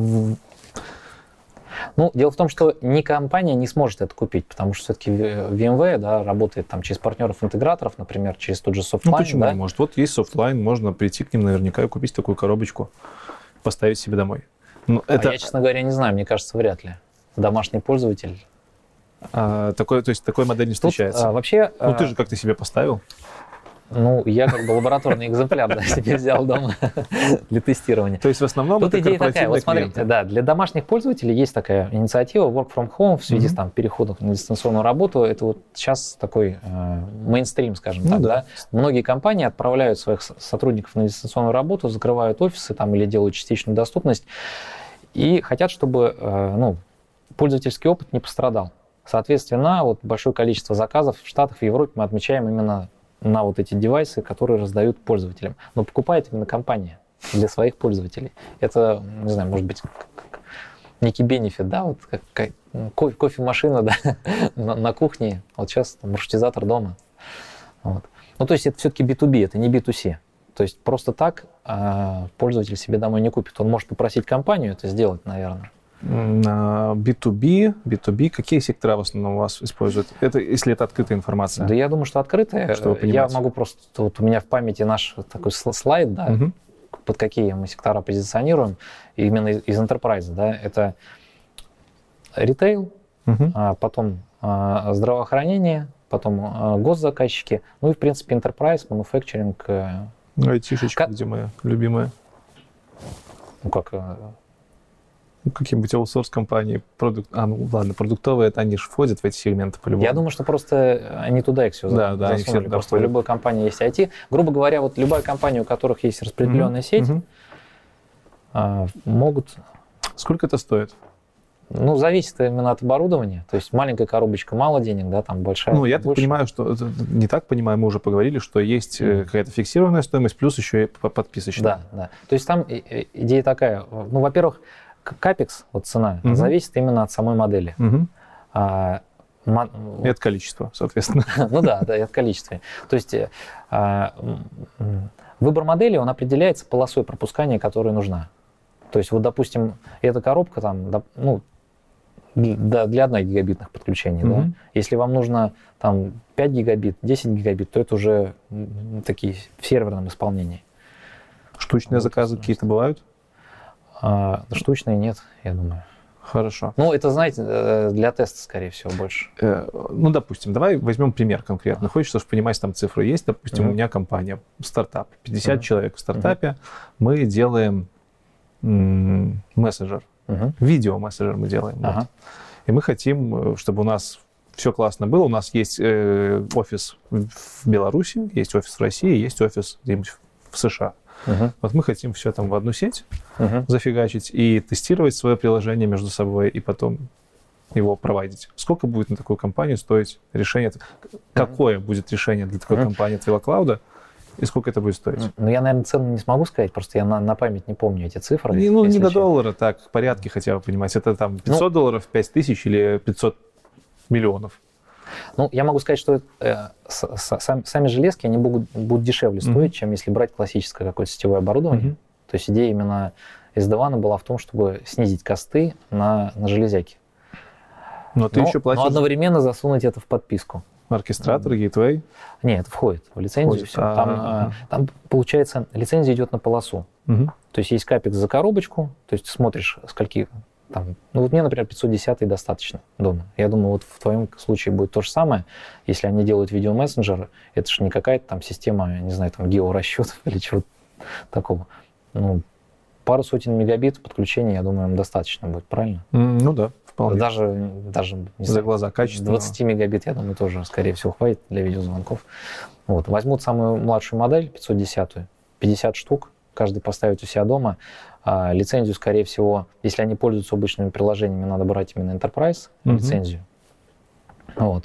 Ну, дело в том, что ни компания не сможет это купить, потому что все-таки VMware, да, работает там через партнеров-интеграторов, например, через тот же Softline. Ну, почему? Да? Может, вот есть Softline, можно прийти к ним наверняка и купить такую коробочку, поставить себе домой. Но это... а я, честно говоря, не знаю, мне кажется, вряд ли. Домашний пользователь. А, такой, то есть такой модель не встречается? Тут, а, вообще, ну, ты же как-то себе поставил? Ну, я как бы лабораторный экземпляр да, себе взял дома для тестирования. То есть в основном тут это идея такая, вот смотрите, клиенты. Да, для домашних пользователей есть такая инициатива Work from Home в связи mm-hmm. с там, переходом на дистанционную работу. Это вот сейчас такой э, мейнстрим, скажем ну, так. Да. Да? Многие компании отправляют своих сотрудников на дистанционную работу, закрывают офисы там, или делают частичную доступность и хотят, чтобы э, ну, пользовательский опыт не пострадал. Соответственно, вот большое количество заказов в Штатах, в Европе мы отмечаем именно на вот эти девайсы, которые раздают пользователям. Но покупает именно компания для своих пользователей. Это, не знаю, может быть, некий бенефит, да, вот как, как кофе, кофемашина, да, на, на кухне, вот сейчас там, маршрутизатор дома. Вот. Ну, то есть это все-таки би ту би, это не би ту си. То есть просто так а, пользователь себе домой не купит. Он может попросить компанию это сделать, наверное. На би ту би, би ту би, какие сектора в основном у вас используют? Это, если это открытая информация? Да я думаю, что открытая. Что вы я могу просто... Вот у меня в памяти наш такой слайд, да, угу. под какие мы сектора позиционируем, именно из, из enterprise, да, это ритейл, угу. а потом а, здравоохранение, потом а, госзаказчики, ну и, в принципе, enterprise, manufacturing. Ну, айтишечка, как... где моя любимая. Ну, как... Ну, какие-нибудь аутсорс-компании, продукт... а, ну ладно, продуктовые, это они же входят в эти сегменты по-любому. Я думаю, что просто они туда их все да, да, засунули. Просто входят. В любой компании есть ай ти. Грубо говоря, вот любая компания, у которых есть распределенная mm-hmm. сеть, mm-hmm. а, могут... Сколько это стоит? Ну, зависит именно от оборудования. То есть маленькая коробочка мало денег, да, там большая. Ну, я так понимаю, что... Не так понимаю, мы уже поговорили, что есть mm-hmm. какая-то фиксированная стоимость, плюс еще и подписочная. Да, да. То есть там идея такая. Ну, во-первых, капекс, вот цена, mm-hmm. зависит именно от самой модели. Mm-hmm. А, мо... И от количества, соответственно. Ну да, да, и от количества. То есть а, выбор модели, он определяется полосой пропускания, которая нужна. То есть вот, допустим, эта коробка там, ну, для одной гигабитных подключений, mm-hmm. да. Если вам нужно там пять гигабит, десять гигабит, то это уже такие в серверном исполнении. Штучные вот заказы какие-то бывают? А, штучные нет, я думаю. Хорошо. Ну, это, знаете, для теста, скорее всего, больше. Э, ну, допустим, давай возьмем пример конкретно. Uh-huh. Хочется, чтобы понимать, там цифры есть. Допустим, uh-huh. у меня компания, стартап, пятьдесят uh-huh. человек в стартапе. Uh-huh. Мы делаем м- мессенджер. Uh-huh. Видео-мессенджер мы делаем. Uh-huh. Вот. И мы хотим, чтобы у нас все классно было. У нас есть э, офис в Беларуси, есть офис в России, есть офис где-нибудь в США. Uh-huh. Вот мы хотим все там в одну сеть uh-huh. зафигачить и тестировать свое приложение между собой, и потом его проводить. Сколько будет на такую компанию стоить решение? Uh-huh. Какое будет решение для такой uh-huh. компании от VeloCloud? И сколько это будет стоить? Ну, я, наверное, цену не смогу сказать, просто я на, на память не помню эти цифры. Не, ну, не до доллара, так, в порядке хотя бы понимать. Это там пятьсот ну, долларов, пять тысяч или пятьсот миллионов? Ну, я могу сказать, что э, с, с, сами, сами железки, они будут, будут дешевле mm-hmm. стоить, чем если брать классическое какое-то сетевое оборудование. Mm-hmm. То есть идея именно эс ди ван была в том, чтобы снизить косты на, на железяки. Но, ты но, еще платишь... но одновременно засунуть это в подписку. Оркестратор, гейтвей? Нет, это входит в лицензию. Все. Там, а, там, получается, лицензия идет на полосу. Угу. То есть есть капекс за коробочку, то есть смотришь, скольки там... Ну вот мне, например, пятьсот десять достаточно дома. Я думаю, вот в твоем случае будет то же самое. Если они делают видеомессенджер, это же не какая-то там система, не знаю, там георасчетов или чего-то такого. Ну, пару сотен мегабит подключения, я думаю, им достаточно будет, правильно? Mm, ну да. Вполне. Даже, даже не за знаю, глаза качественного. двадцать мегабит, я думаю, тоже, скорее всего, хватит для видеозвонков. Вот. Возьмут самую младшую модель, пятьсот десять, пятьдесят штук, каждый поставит у себя дома. А лицензию, скорее всего, если они пользуются обычными приложениями, надо брать именно Enterprise mm-hmm. лицензию. Вот.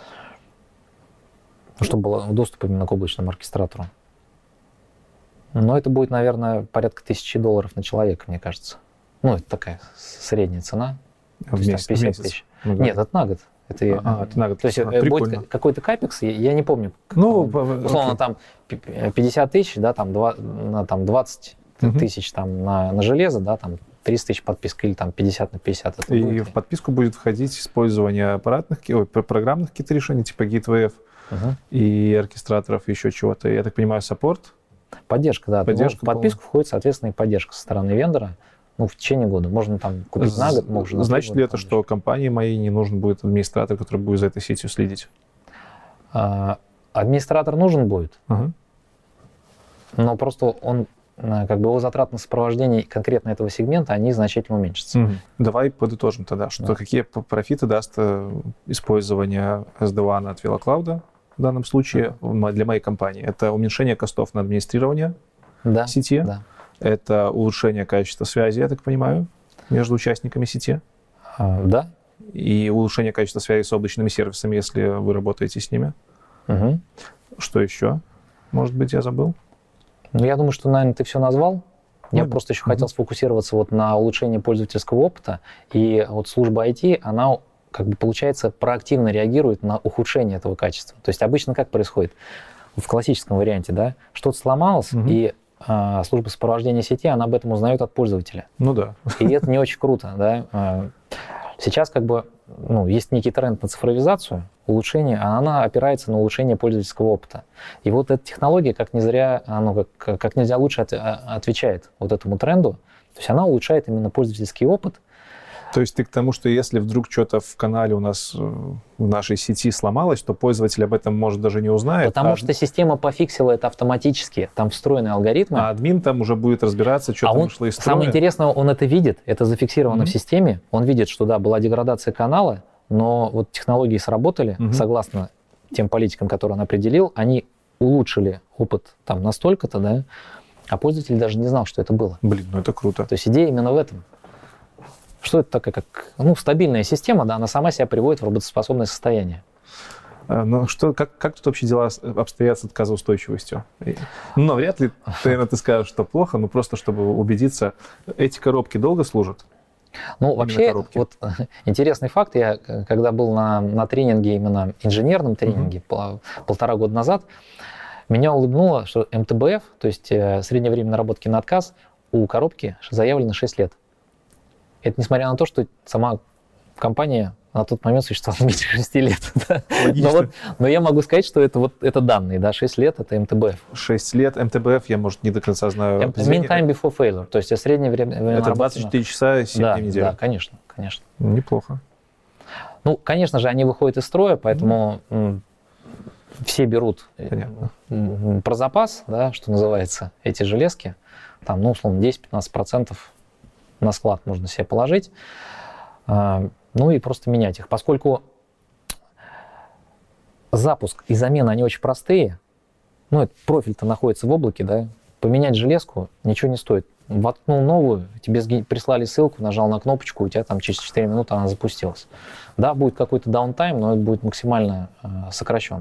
Чтобы был доступ именно к облачному оркестратору. Но это будет, наверное, порядка тысячи долларов на человека, мне кажется. Ну, это такая средняя цена. В месяц, пятьдесят месяц. тысяч. Ну, да. Нет, это на год. Это, а, это на год. То есть а, будет прикольно. Какой-то капекс, я, я не помню. Ну, условно, там пятьдесят тысяч, да, там, два, на, там двадцать угу. тысяч там, на, на железо, да, там триста тысяч подписка или там пятьдесят на пятьдесят. Это и будет. В подписку будет входить использование аппаратных, ой, программных каких-то решений, типа гейтвеев угу. и оркестраторов, еще чего-то. Я так понимаю, саппорт? Поддержка, да. Поддержка в подписку полная. Входит, соответственно, и поддержка со стороны вендора. Ну, в течение года. Можно там купить на год, можно... Значит ли это, что компании моей не нужен будет администратор, который будет за этой сетью следить? А, администратор нужен будет, uh-huh. но просто он, как бы его затраты на сопровождение конкретно этого сегмента, они значительно уменьшатся. Uh-huh. Давай подытожим тогда, что да. какие профиты даст использование эс ди ван от VeloCloud в данном случае uh-huh. для моей компании. Это уменьшение костов на администрирование да. сети. Да. Это улучшение качества связи, я так понимаю, между участниками сети. А, да. И улучшение качества связи с облачными сервисами, если вы работаете с ними. Угу. Что еще? Может быть, я забыл? Ну, я думаю, что, наверное, ты все назвал. Я ну, просто еще mm-hmm. хотел сфокусироваться вот на улучшении пользовательского опыта. И вот служба ай ти, она, как бы, получается, проактивно реагирует на ухудшение этого качества. То есть обычно как происходит? В классическом варианте, да, что-то сломалось, mm-hmm. и а, служба сопровождения сети, она об этом узнает от пользователя. Ну да. И это не очень круто, да. Сейчас как бы, ну, есть некий тренд на цифровизацию, улучшение, а она опирается на улучшение пользовательского опыта. И вот эта технология, как не зря, ну, как, как нельзя лучше от, отвечает вот этому тренду. То есть она улучшает именно пользовательский опыт. То есть ты к тому, что если вдруг что-то в канале у нас в нашей сети сломалось, то пользователь об этом, может, даже не узнает. Потому а... что система пофиксила это автоматически, там встроены алгоритмы. А админ там уже будет разбираться, что а там он, вышло из строя. Самое интересное, он это видит, это зафиксировано mm-hmm. в системе, он видит, что да, была деградация канала, но вот технологии сработали, mm-hmm. согласно тем политикам, которые он определил, они улучшили опыт там настолько-то, да, а пользователь даже не знал, что это было. Блин, ну это круто. То есть идея именно в этом. Что это такая, как, ну, стабильная система, да, она сама себя приводит в работоспособное состояние. А, ну, что, как, как тут вообще дела обстоят с отказоустойчивостью? Ну, вряд ли, наверное, ты скажешь, что плохо, но просто чтобы убедиться, эти коробки долго служат? Ну, вообще, вот интересный факт, я когда был на, на тренинге, именно инженерном тренинге, uh-huh. полтора года назад, меня улыбнуло, что эм тэ бэ эф, то есть среднее время наработки на отказ, у коробки заявлено шесть лет. Это несмотря на то, что сама компания на тот момент существовала меньше шести лет. Да? Но, вот, но я могу сказать, что это, вот, это данные, да, шесть лет это эм тэ бэ эф. шесть лет эм тэ бэ эф, я, может, не до конца знаю. Mean time before failure, то есть среднее время... Это двадцать четыре часа, семь да, дней в неделю. Да, конечно, конечно. Неплохо. Ну, конечно же, они выходят из строя, поэтому mm. все берут Понятно. Про запас, да, что называется, эти железки, там, ну, условно, десять-пятнадцать процентов на склад можно себе положить, ну и просто менять их. Поскольку запуск и замена, они очень простые, ну, профиль-то находится в облаке, да, поменять железку ничего не стоит. Воткнул новую, тебе прислали ссылку, нажал на кнопочку, у тебя там через четыре минуты она запустилась. Да, будет какой-то даунтайм, но это будет максимально э, сокращен.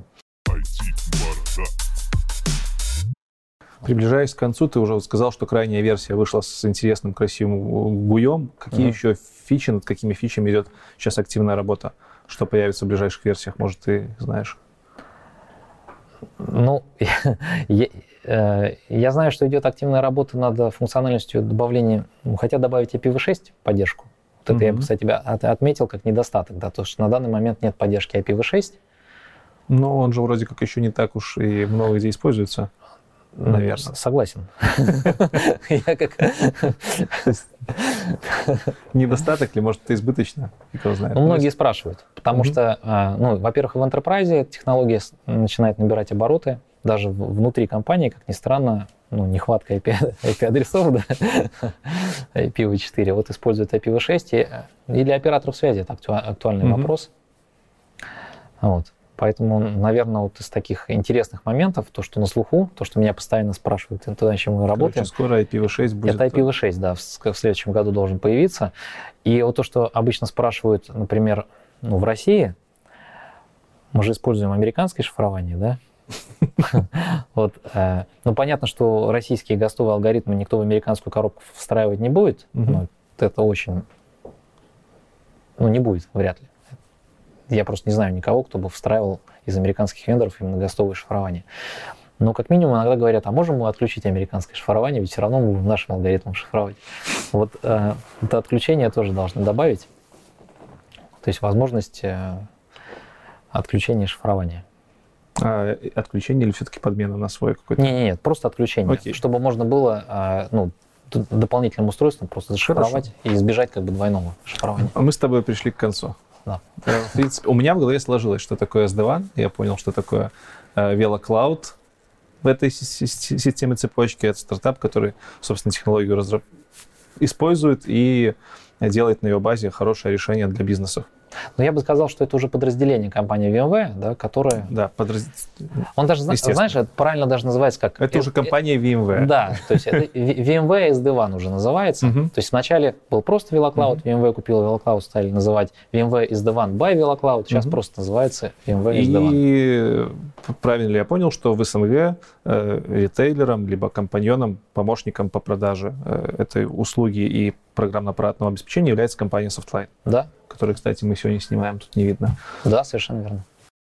Приближаясь к концу, ты уже сказал, что крайняя версия вышла с интересным, красивым гуем. Какие mm-hmm. еще фичи, над какими фичами идет сейчас активная работа? Что появится в ближайших версиях, может, ты знаешь? Ну, я, я, я знаю, что идет активная работа над функциональностью добавления, ну, хотят добавить ай пи ви шесть поддержку. Вот mm-hmm. это я, кстати, тебя отметил как недостаток, да, то, что на данный момент нет поддержки ай пи ви шесть. Но он же вроде как еще не так уж и много где используется. Наверное. Согласен. Я как... Недостаток ли, может, это избыточно? Кто знает. Ну, многие спрашивают, потому что, ну, во-первых, в Enterprise технология начинает набирать обороты, даже внутри компании, как ни странно, ну, нехватка ай пи-адресов, да, ай пи ви четыре, вот используют ай пи ви шесть, и для операторов связи это актуальный вопрос. Вот. Поэтому, наверное, вот из таких интересных моментов, то, что на слуху, то, что меня постоянно спрашивают, то, над чем мы работаем. Короче, скоро ай пи ви шесть будет. Это ай пи ви шесть, да, в, в следующем году должен появиться. И вот то, что обычно спрашивают, например, ну, в России, мы же используем американское шифрование, да? Вот, ну, понятно, что российские гостовые алгоритмы никто в американскую коробку встраивать не будет, но это очень, ну, не будет, вряд ли. Я просто не знаю никого, кто бы встраивал из американских вендоров именно гостовое шифрование. Но как минимум иногда говорят, а можем мы отключить американское шифрование, ведь все равно мы будем нашим алгоритмом шифровать. Вот э, это отключение тоже должны добавить. То есть возможность э, отключения шифрования. А, отключение или все-таки подмена на свой какой-то? Нет, нет, просто отключение. Окей. Чтобы можно было э, ну, дополнительным устройством просто зашифровать Хорошо. И избежать как бы двойного шифрования. Мы с тобой пришли к концу. Да. В принципе, у меня в голове сложилось, что такое эс ди ван. Я понял, что такое э, VeloCloud в этой системе цепочки. Это стартап, который, собственно, технологию разраб... использует и делает на ее базе хорошее решение для бизнесов. Но я бы сказал, что это уже подразделение компании VMware, да, которое... Да, подразделение. Он даже, знаешь, это правильно даже называется как... Это уже компания VMware. Да, то есть это VMware эс ди ван уже называется. Uh-huh. То есть вначале был просто VeloCloud, uh-huh. VMware купил VeloCloud, стали называть VMware эс ди ван by VeloCloud, сейчас uh-huh. просто называется VMware эс ди ван. И правильно ли я понял, что в СНГ э, ритейлерам, либо компаньонам, помощникам по продаже э, этой услуги и программно-аппаратного обеспечения является компания Softline? Да. Который, кстати, мы сегодня снимаем, тут не видно. Да, совершенно верно.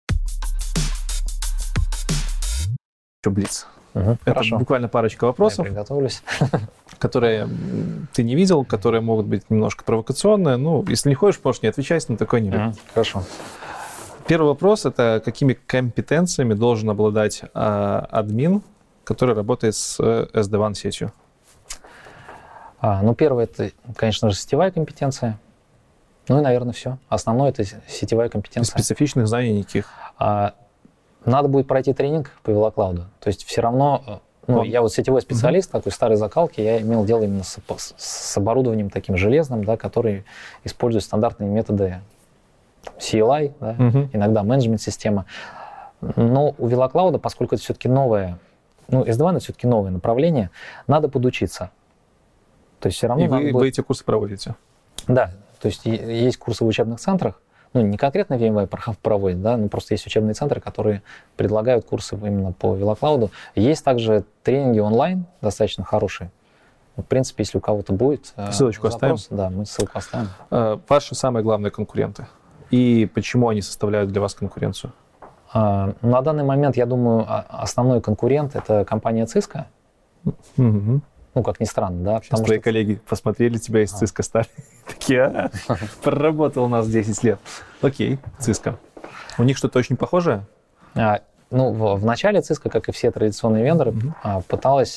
Что, блиц? Угу, Это хорошо. Буквально парочка вопросов, я приготовлюсь. Которые ты не видел, которые могут быть немножко провокационные. Ну, если не хочешь, можешь не отвечать, на такой не угу, любит. Хорошо. Первый вопрос – это какими компетенциями должен обладать а, админ, который работает с эс ди ван сетью? А, ну, первое – это, конечно же, сетевая компетенция. Ну и, наверное, все. Основное – это сетевая компетенция. Специфичных знаний никаких? А, надо будет пройти тренинг по VeloCloud. То есть все равно, ну, Он... я вот сетевой специалист, uh-huh. такой старой закалки, я имел дело именно с, с оборудованием таким железным, да, который использует стандартные методы си эл ай, да, uh-huh. иногда менеджмент-система. Но у VeloCloud, поскольку это все-таки новое, ну, эс ди ван это все-таки новое направление, надо подучиться. То есть все равно И вы, будет... вы эти курсы проводите? Да. То есть есть курсы в учебных центрах, ну, не конкретно VMware проводит, да, но просто есть учебные центры, которые предлагают курсы именно по VeloCloud. Есть также тренинги онлайн, достаточно хорошие. В принципе, если у кого-то будет ссылочку запрос, оставим. Да, мы ссылку оставим. Ваши самые главные конкуренты. И почему они составляют для вас конкуренцию? На данный момент, я думаю, основной конкурент – это компания Cisco. Угу. Ну, как ни странно, да. Сейчас твои что... коллеги посмотрели тебя из а. Cisco, стали такие, а, проработал у нас десять лет. Окей, Cisco. У них что-то очень похожее? А, ну, в, в начале Cisco, как и все традиционные вендоры, mm-hmm. а, пыталась,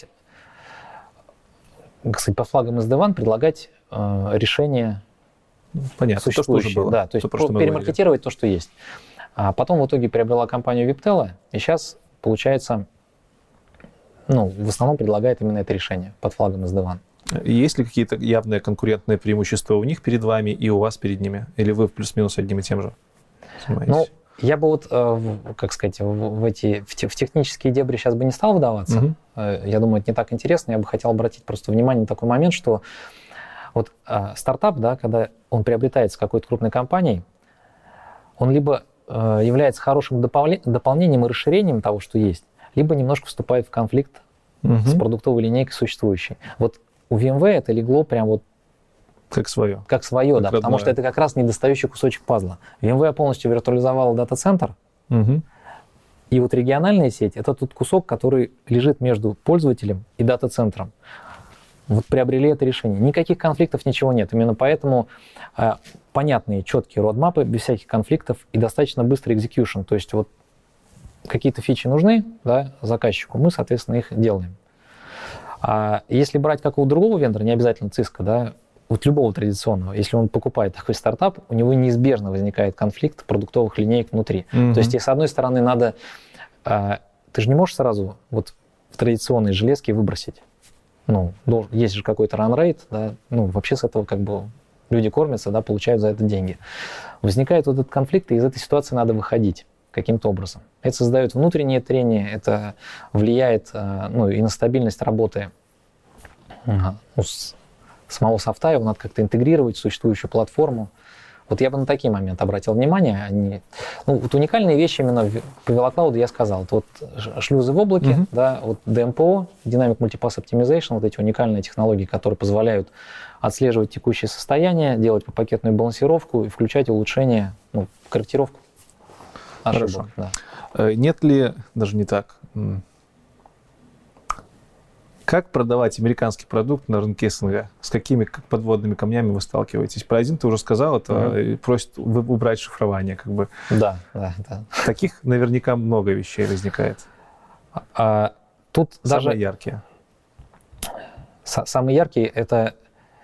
кстати, под флагом эс ди ван предлагать а, решения Понятно, существующие. То, что уже было. Да, то есть то, перемаркетировать то, что есть. А потом в итоге приобрела компанию Viptela, и сейчас, получается... Ну, в основном предлагает именно это решение под флагом эс ди ван. Есть ли какие-то явные конкурентные преимущества у них перед вами и у вас перед ними? Или вы плюс-минус одним и тем же занимаетесь? Ну, я бы вот, как сказать, в, эти, в, в технические дебри сейчас бы не стал вдаваться. Угу. Я думаю, это не так интересно. Я бы хотел обратить просто внимание на такой момент, что вот стартап, да, когда он приобретается какой-то крупной компанией, он либо является хорошим дополнением и расширением того, что есть, либо немножко вступает в конфликт uh-huh. с продуктовой линейкой существующей. Вот у VMware это легло прям вот... Как свое. Как свое, как да, родное. Потому что это как раз недостающий кусочек пазла. VMware полностью виртуализовала дата-центр, uh-huh. и вот региональная сеть — это тот кусок, который лежит между пользователем и дата-центром. Вот приобрели это решение. Никаких конфликтов, ничего нет. Именно поэтому э, понятные, четкие родмапы, без всяких конфликтов и достаточно быстрый экзекьюшн. То есть вот какие-то фичи нужны, да, заказчику, мы, соответственно, их делаем. А если брать какого-то другого вендора, не обязательно Cisco, да, вот любого традиционного, если он покупает такой стартап, у него неизбежно возникает конфликт продуктовых линеек внутри. Mm-hmm. То есть, тебе, с одной стороны, надо... А, ты же не можешь сразу вот в традиционные железки выбросить. Ну, должен, есть же какой-то run-rate, да, ну, вообще с этого как бы люди кормятся, да, получают за это деньги. Возникает вот этот конфликт, и из этой ситуации надо выходить каким-то образом. Это создает внутреннее трение, это влияет, ну, и на стабильность работы ну, с, самого софта, его надо как-то интегрировать в существующую платформу. Вот я бы на такие моменты обратил внимание. Они, ну, вот уникальные вещи именно по VeloCloud я сказал. Это вот шлюзы в облаке, mm-hmm. да, вот ди эм пи о, Dynamic Multipath Optimization, вот эти уникальные технологии, которые позволяют отслеживать текущее состояние, делать попакетную балансировку и включать улучшения, ну, корректировку. Хорошо. Да. Нет ли, даже не так, как продавать американский продукт на рынке СНГ? С какими как подводными камнями вы сталкиваетесь? Про один ты уже сказал, это mm-hmm. просит убрать шифрование. Как бы. Да, да, да. Таких наверняка много вещей возникает. А, тут Самые даже... яркие. С- самые яркие — это,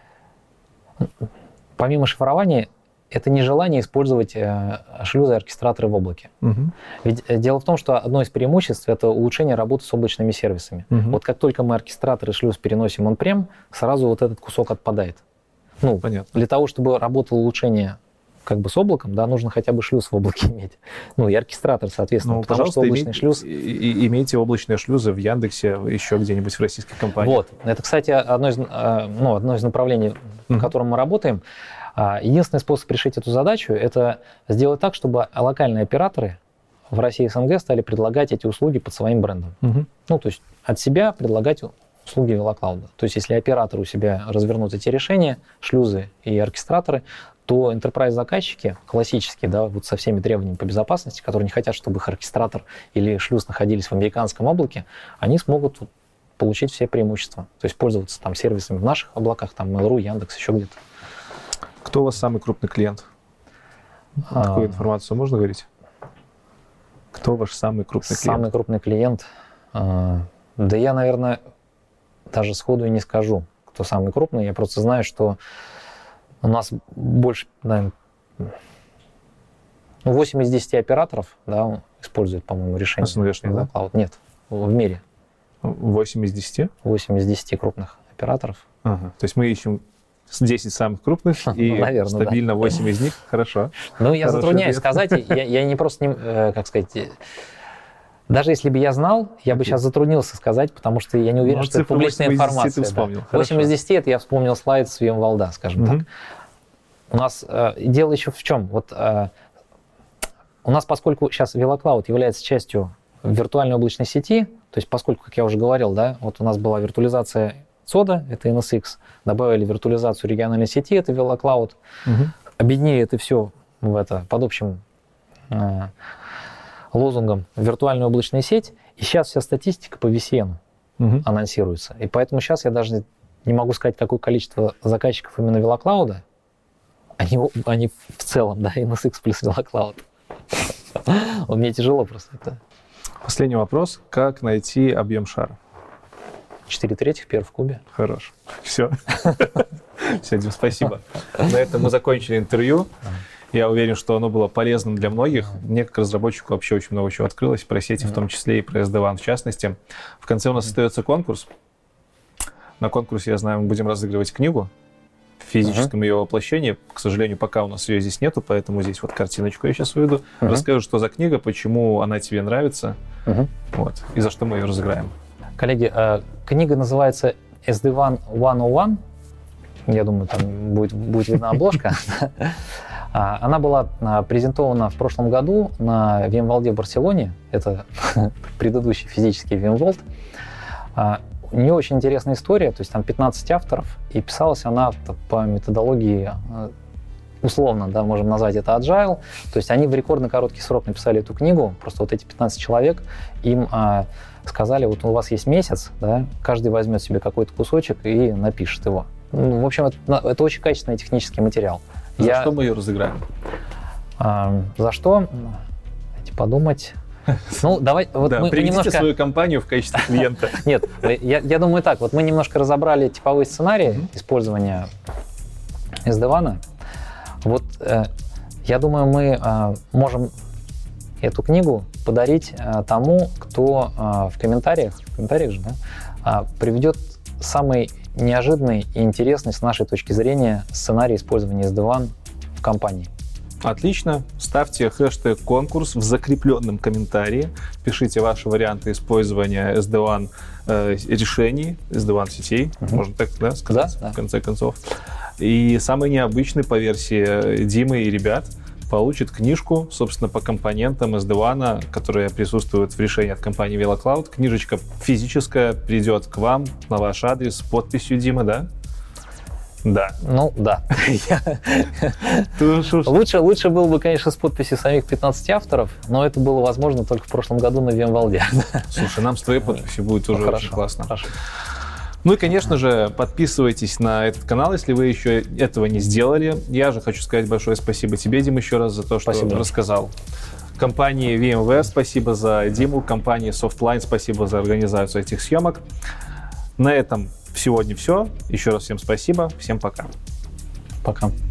помимо шифрования, это нежелание использовать э, шлюзы и оркестраторы в облаке. Uh-huh. Ведь э, дело в том, что одно из преимуществ — это улучшение работы с облачными сервисами. Uh-huh. Вот как только мы оркестратор и шлюз переносим он-прем, сразу вот этот кусок отпадает. Ну, понятно. Для того, чтобы работало улучшение как бы с облаком, да, нужно хотя бы шлюз в облаке иметь. Ну, и оркестратор, соответственно, Ну, потому что облачный иметь, шлюз... И, и, имейте облачные шлюзы в Яндексе, еще где-нибудь в российской компании. Вот. Это, кстати, одно из, ну, одно из направлений, mm-hmm. в котором мы работаем. Единственный способ решить эту задачу – это сделать так, чтобы локальные операторы в России и СНГ стали предлагать эти услуги под своим брендом. Mm-hmm. Ну, то есть от себя предлагать услуги VeloCloud. То есть если операторы у себя развернут эти решения, шлюзы и оркестраторы, то enterprise-заказчики классические, да, вот со всеми требованиями по безопасности, которые не хотят, чтобы их оркестратор или шлюз находились в американском облаке, они смогут получить все преимущества. То есть пользоваться там сервисами в наших облаках, там Mail.ru, Яндекс, еще где-то. Кто у вас самый крупный клиент? А... Такую информацию можно говорить? Кто ваш самый крупный клиент? Самый крупный клиент? Да я, наверное, даже сходу и не скажу, кто самый крупный. Я просто знаю, что у нас больше, наверное, восемь из десяти операторов, да, используют, по-моему, решение VeloCloud. Да? Нет, в мире. восемь из десяти? восемь из десяти крупных операторов. Ага. То есть мы ищем десять самых крупных и наверное, стабильно да. восемь из них. Хорошо. Ну, я Хорошо затрудняюсь ответ. сказать. Я, я не просто, не, как сказать... Даже если бы я знал, я бы сейчас затруднился сказать, потому что я не уверен, ну, что это публичная информация. Да. восемь из десяти это я вспомнил слайд с VMworld, скажем угу. так. У нас э, дело еще в чем? Вот, э, у нас, поскольку сейчас VeloCloud является частью виртуальной облачной сети, то есть поскольку, как я уже говорил, да, вот у нас была виртуализация сода, это эн эс икс, добавили виртуализацию региональной сети, это VeloCloud, угу. объединили это все в это, под общим э, лозунгом виртуальная облачная сеть, и сейчас вся статистика по ви си эн угу. анонсируется. И поэтому сейчас я даже не могу сказать, какое количество заказчиков именно VeloCloud, они, они в целом, да, эн эс икс плюс VeloCloud. Мне тяжело просто это. Последний вопрос. Как найти объем шара? четыре третьих, первый в кубе. Хорош. Все. Все, Дим, спасибо. На этом мы закончили интервью. Я уверен, что оно было полезным для многих. Мне, как разработчику, вообще очень много чего открылось, про сети в том числе и про эс ди ван в частности. В конце у нас остается конкурс. На конкурсе, я знаю, мы будем разыгрывать книгу в физическом uh-huh. ее воплощении. К сожалению, пока у нас ее здесь нету, поэтому здесь вот картиночку я сейчас выведу. Uh-huh. Расскажу, что за книга, почему она тебе нравится, uh-huh. вот, и за что мы ее разыграем. Коллеги, э, книга называется эс ди ван сто один. Я думаю, там будет, будет видна обложка. Она была презентована в прошлом году на VMworld в Барселоне. Это предыдущий физический VMworld. У нее очень интересная история, то есть там пятнадцать авторов, и писалась она по методологии, условно, да, можем назвать это agile. То есть они в рекордно короткий срок написали эту книгу, просто вот эти пятнадцать человек, им а, сказали, вот у вас есть месяц, да, каждый возьмет себе какой-то кусочек и напишет его. Ну, в общем, это, это очень качественный технический материал. За Я, что мы ее разыграем? А, за что? Давайте подумать. Ну, давай, вот да, мы, приведите мы немножко... свою компанию в качестве клиента. Нет, я, я думаю так, вот мы немножко разобрали типовые сценарии mm-hmm. использования эс ди ван. Вот э, я думаю, мы э, можем эту книгу подарить э, тому, кто э, в комментариях, в комментариях же, да, э, приведет самый неожиданный и интересный с нашей точки зрения сценарий использования эс ди ван в компании. Отлично. Ставьте хэштег конкурс в закрепленном комментарии. Пишите ваши варианты использования эс ди ван э, решений, эс ди ван сетей, uh-huh. можно так да, сказать, да, в да. конце концов. И самый необычный по версии Димы и ребят получит книжку, собственно, по компонентам эс ди ван, которая присутствует в решении от компании VeloCloud. Книжечка физическая придет к вам на ваш адрес с подписью Димы, да? Да. Ну, да. лучше, лучше было бы, конечно, с подписью самих пятнадцати авторов, но это было возможно только в прошлом году на VMworld. Слушай, нам с твоей подписью будет уже хорошо, очень классно. Хорошо. Ну и, конечно же, подписывайтесь на этот канал, если вы еще этого не сделали. Я же хочу сказать большое спасибо тебе, Дим, еще раз за то, что спасибо. рассказал. Компании VMware спасибо за Диму, компании Softline спасибо за организацию этих съемок. На этом сегодня все. Еще раз всем спасибо. Всем пока. Пока.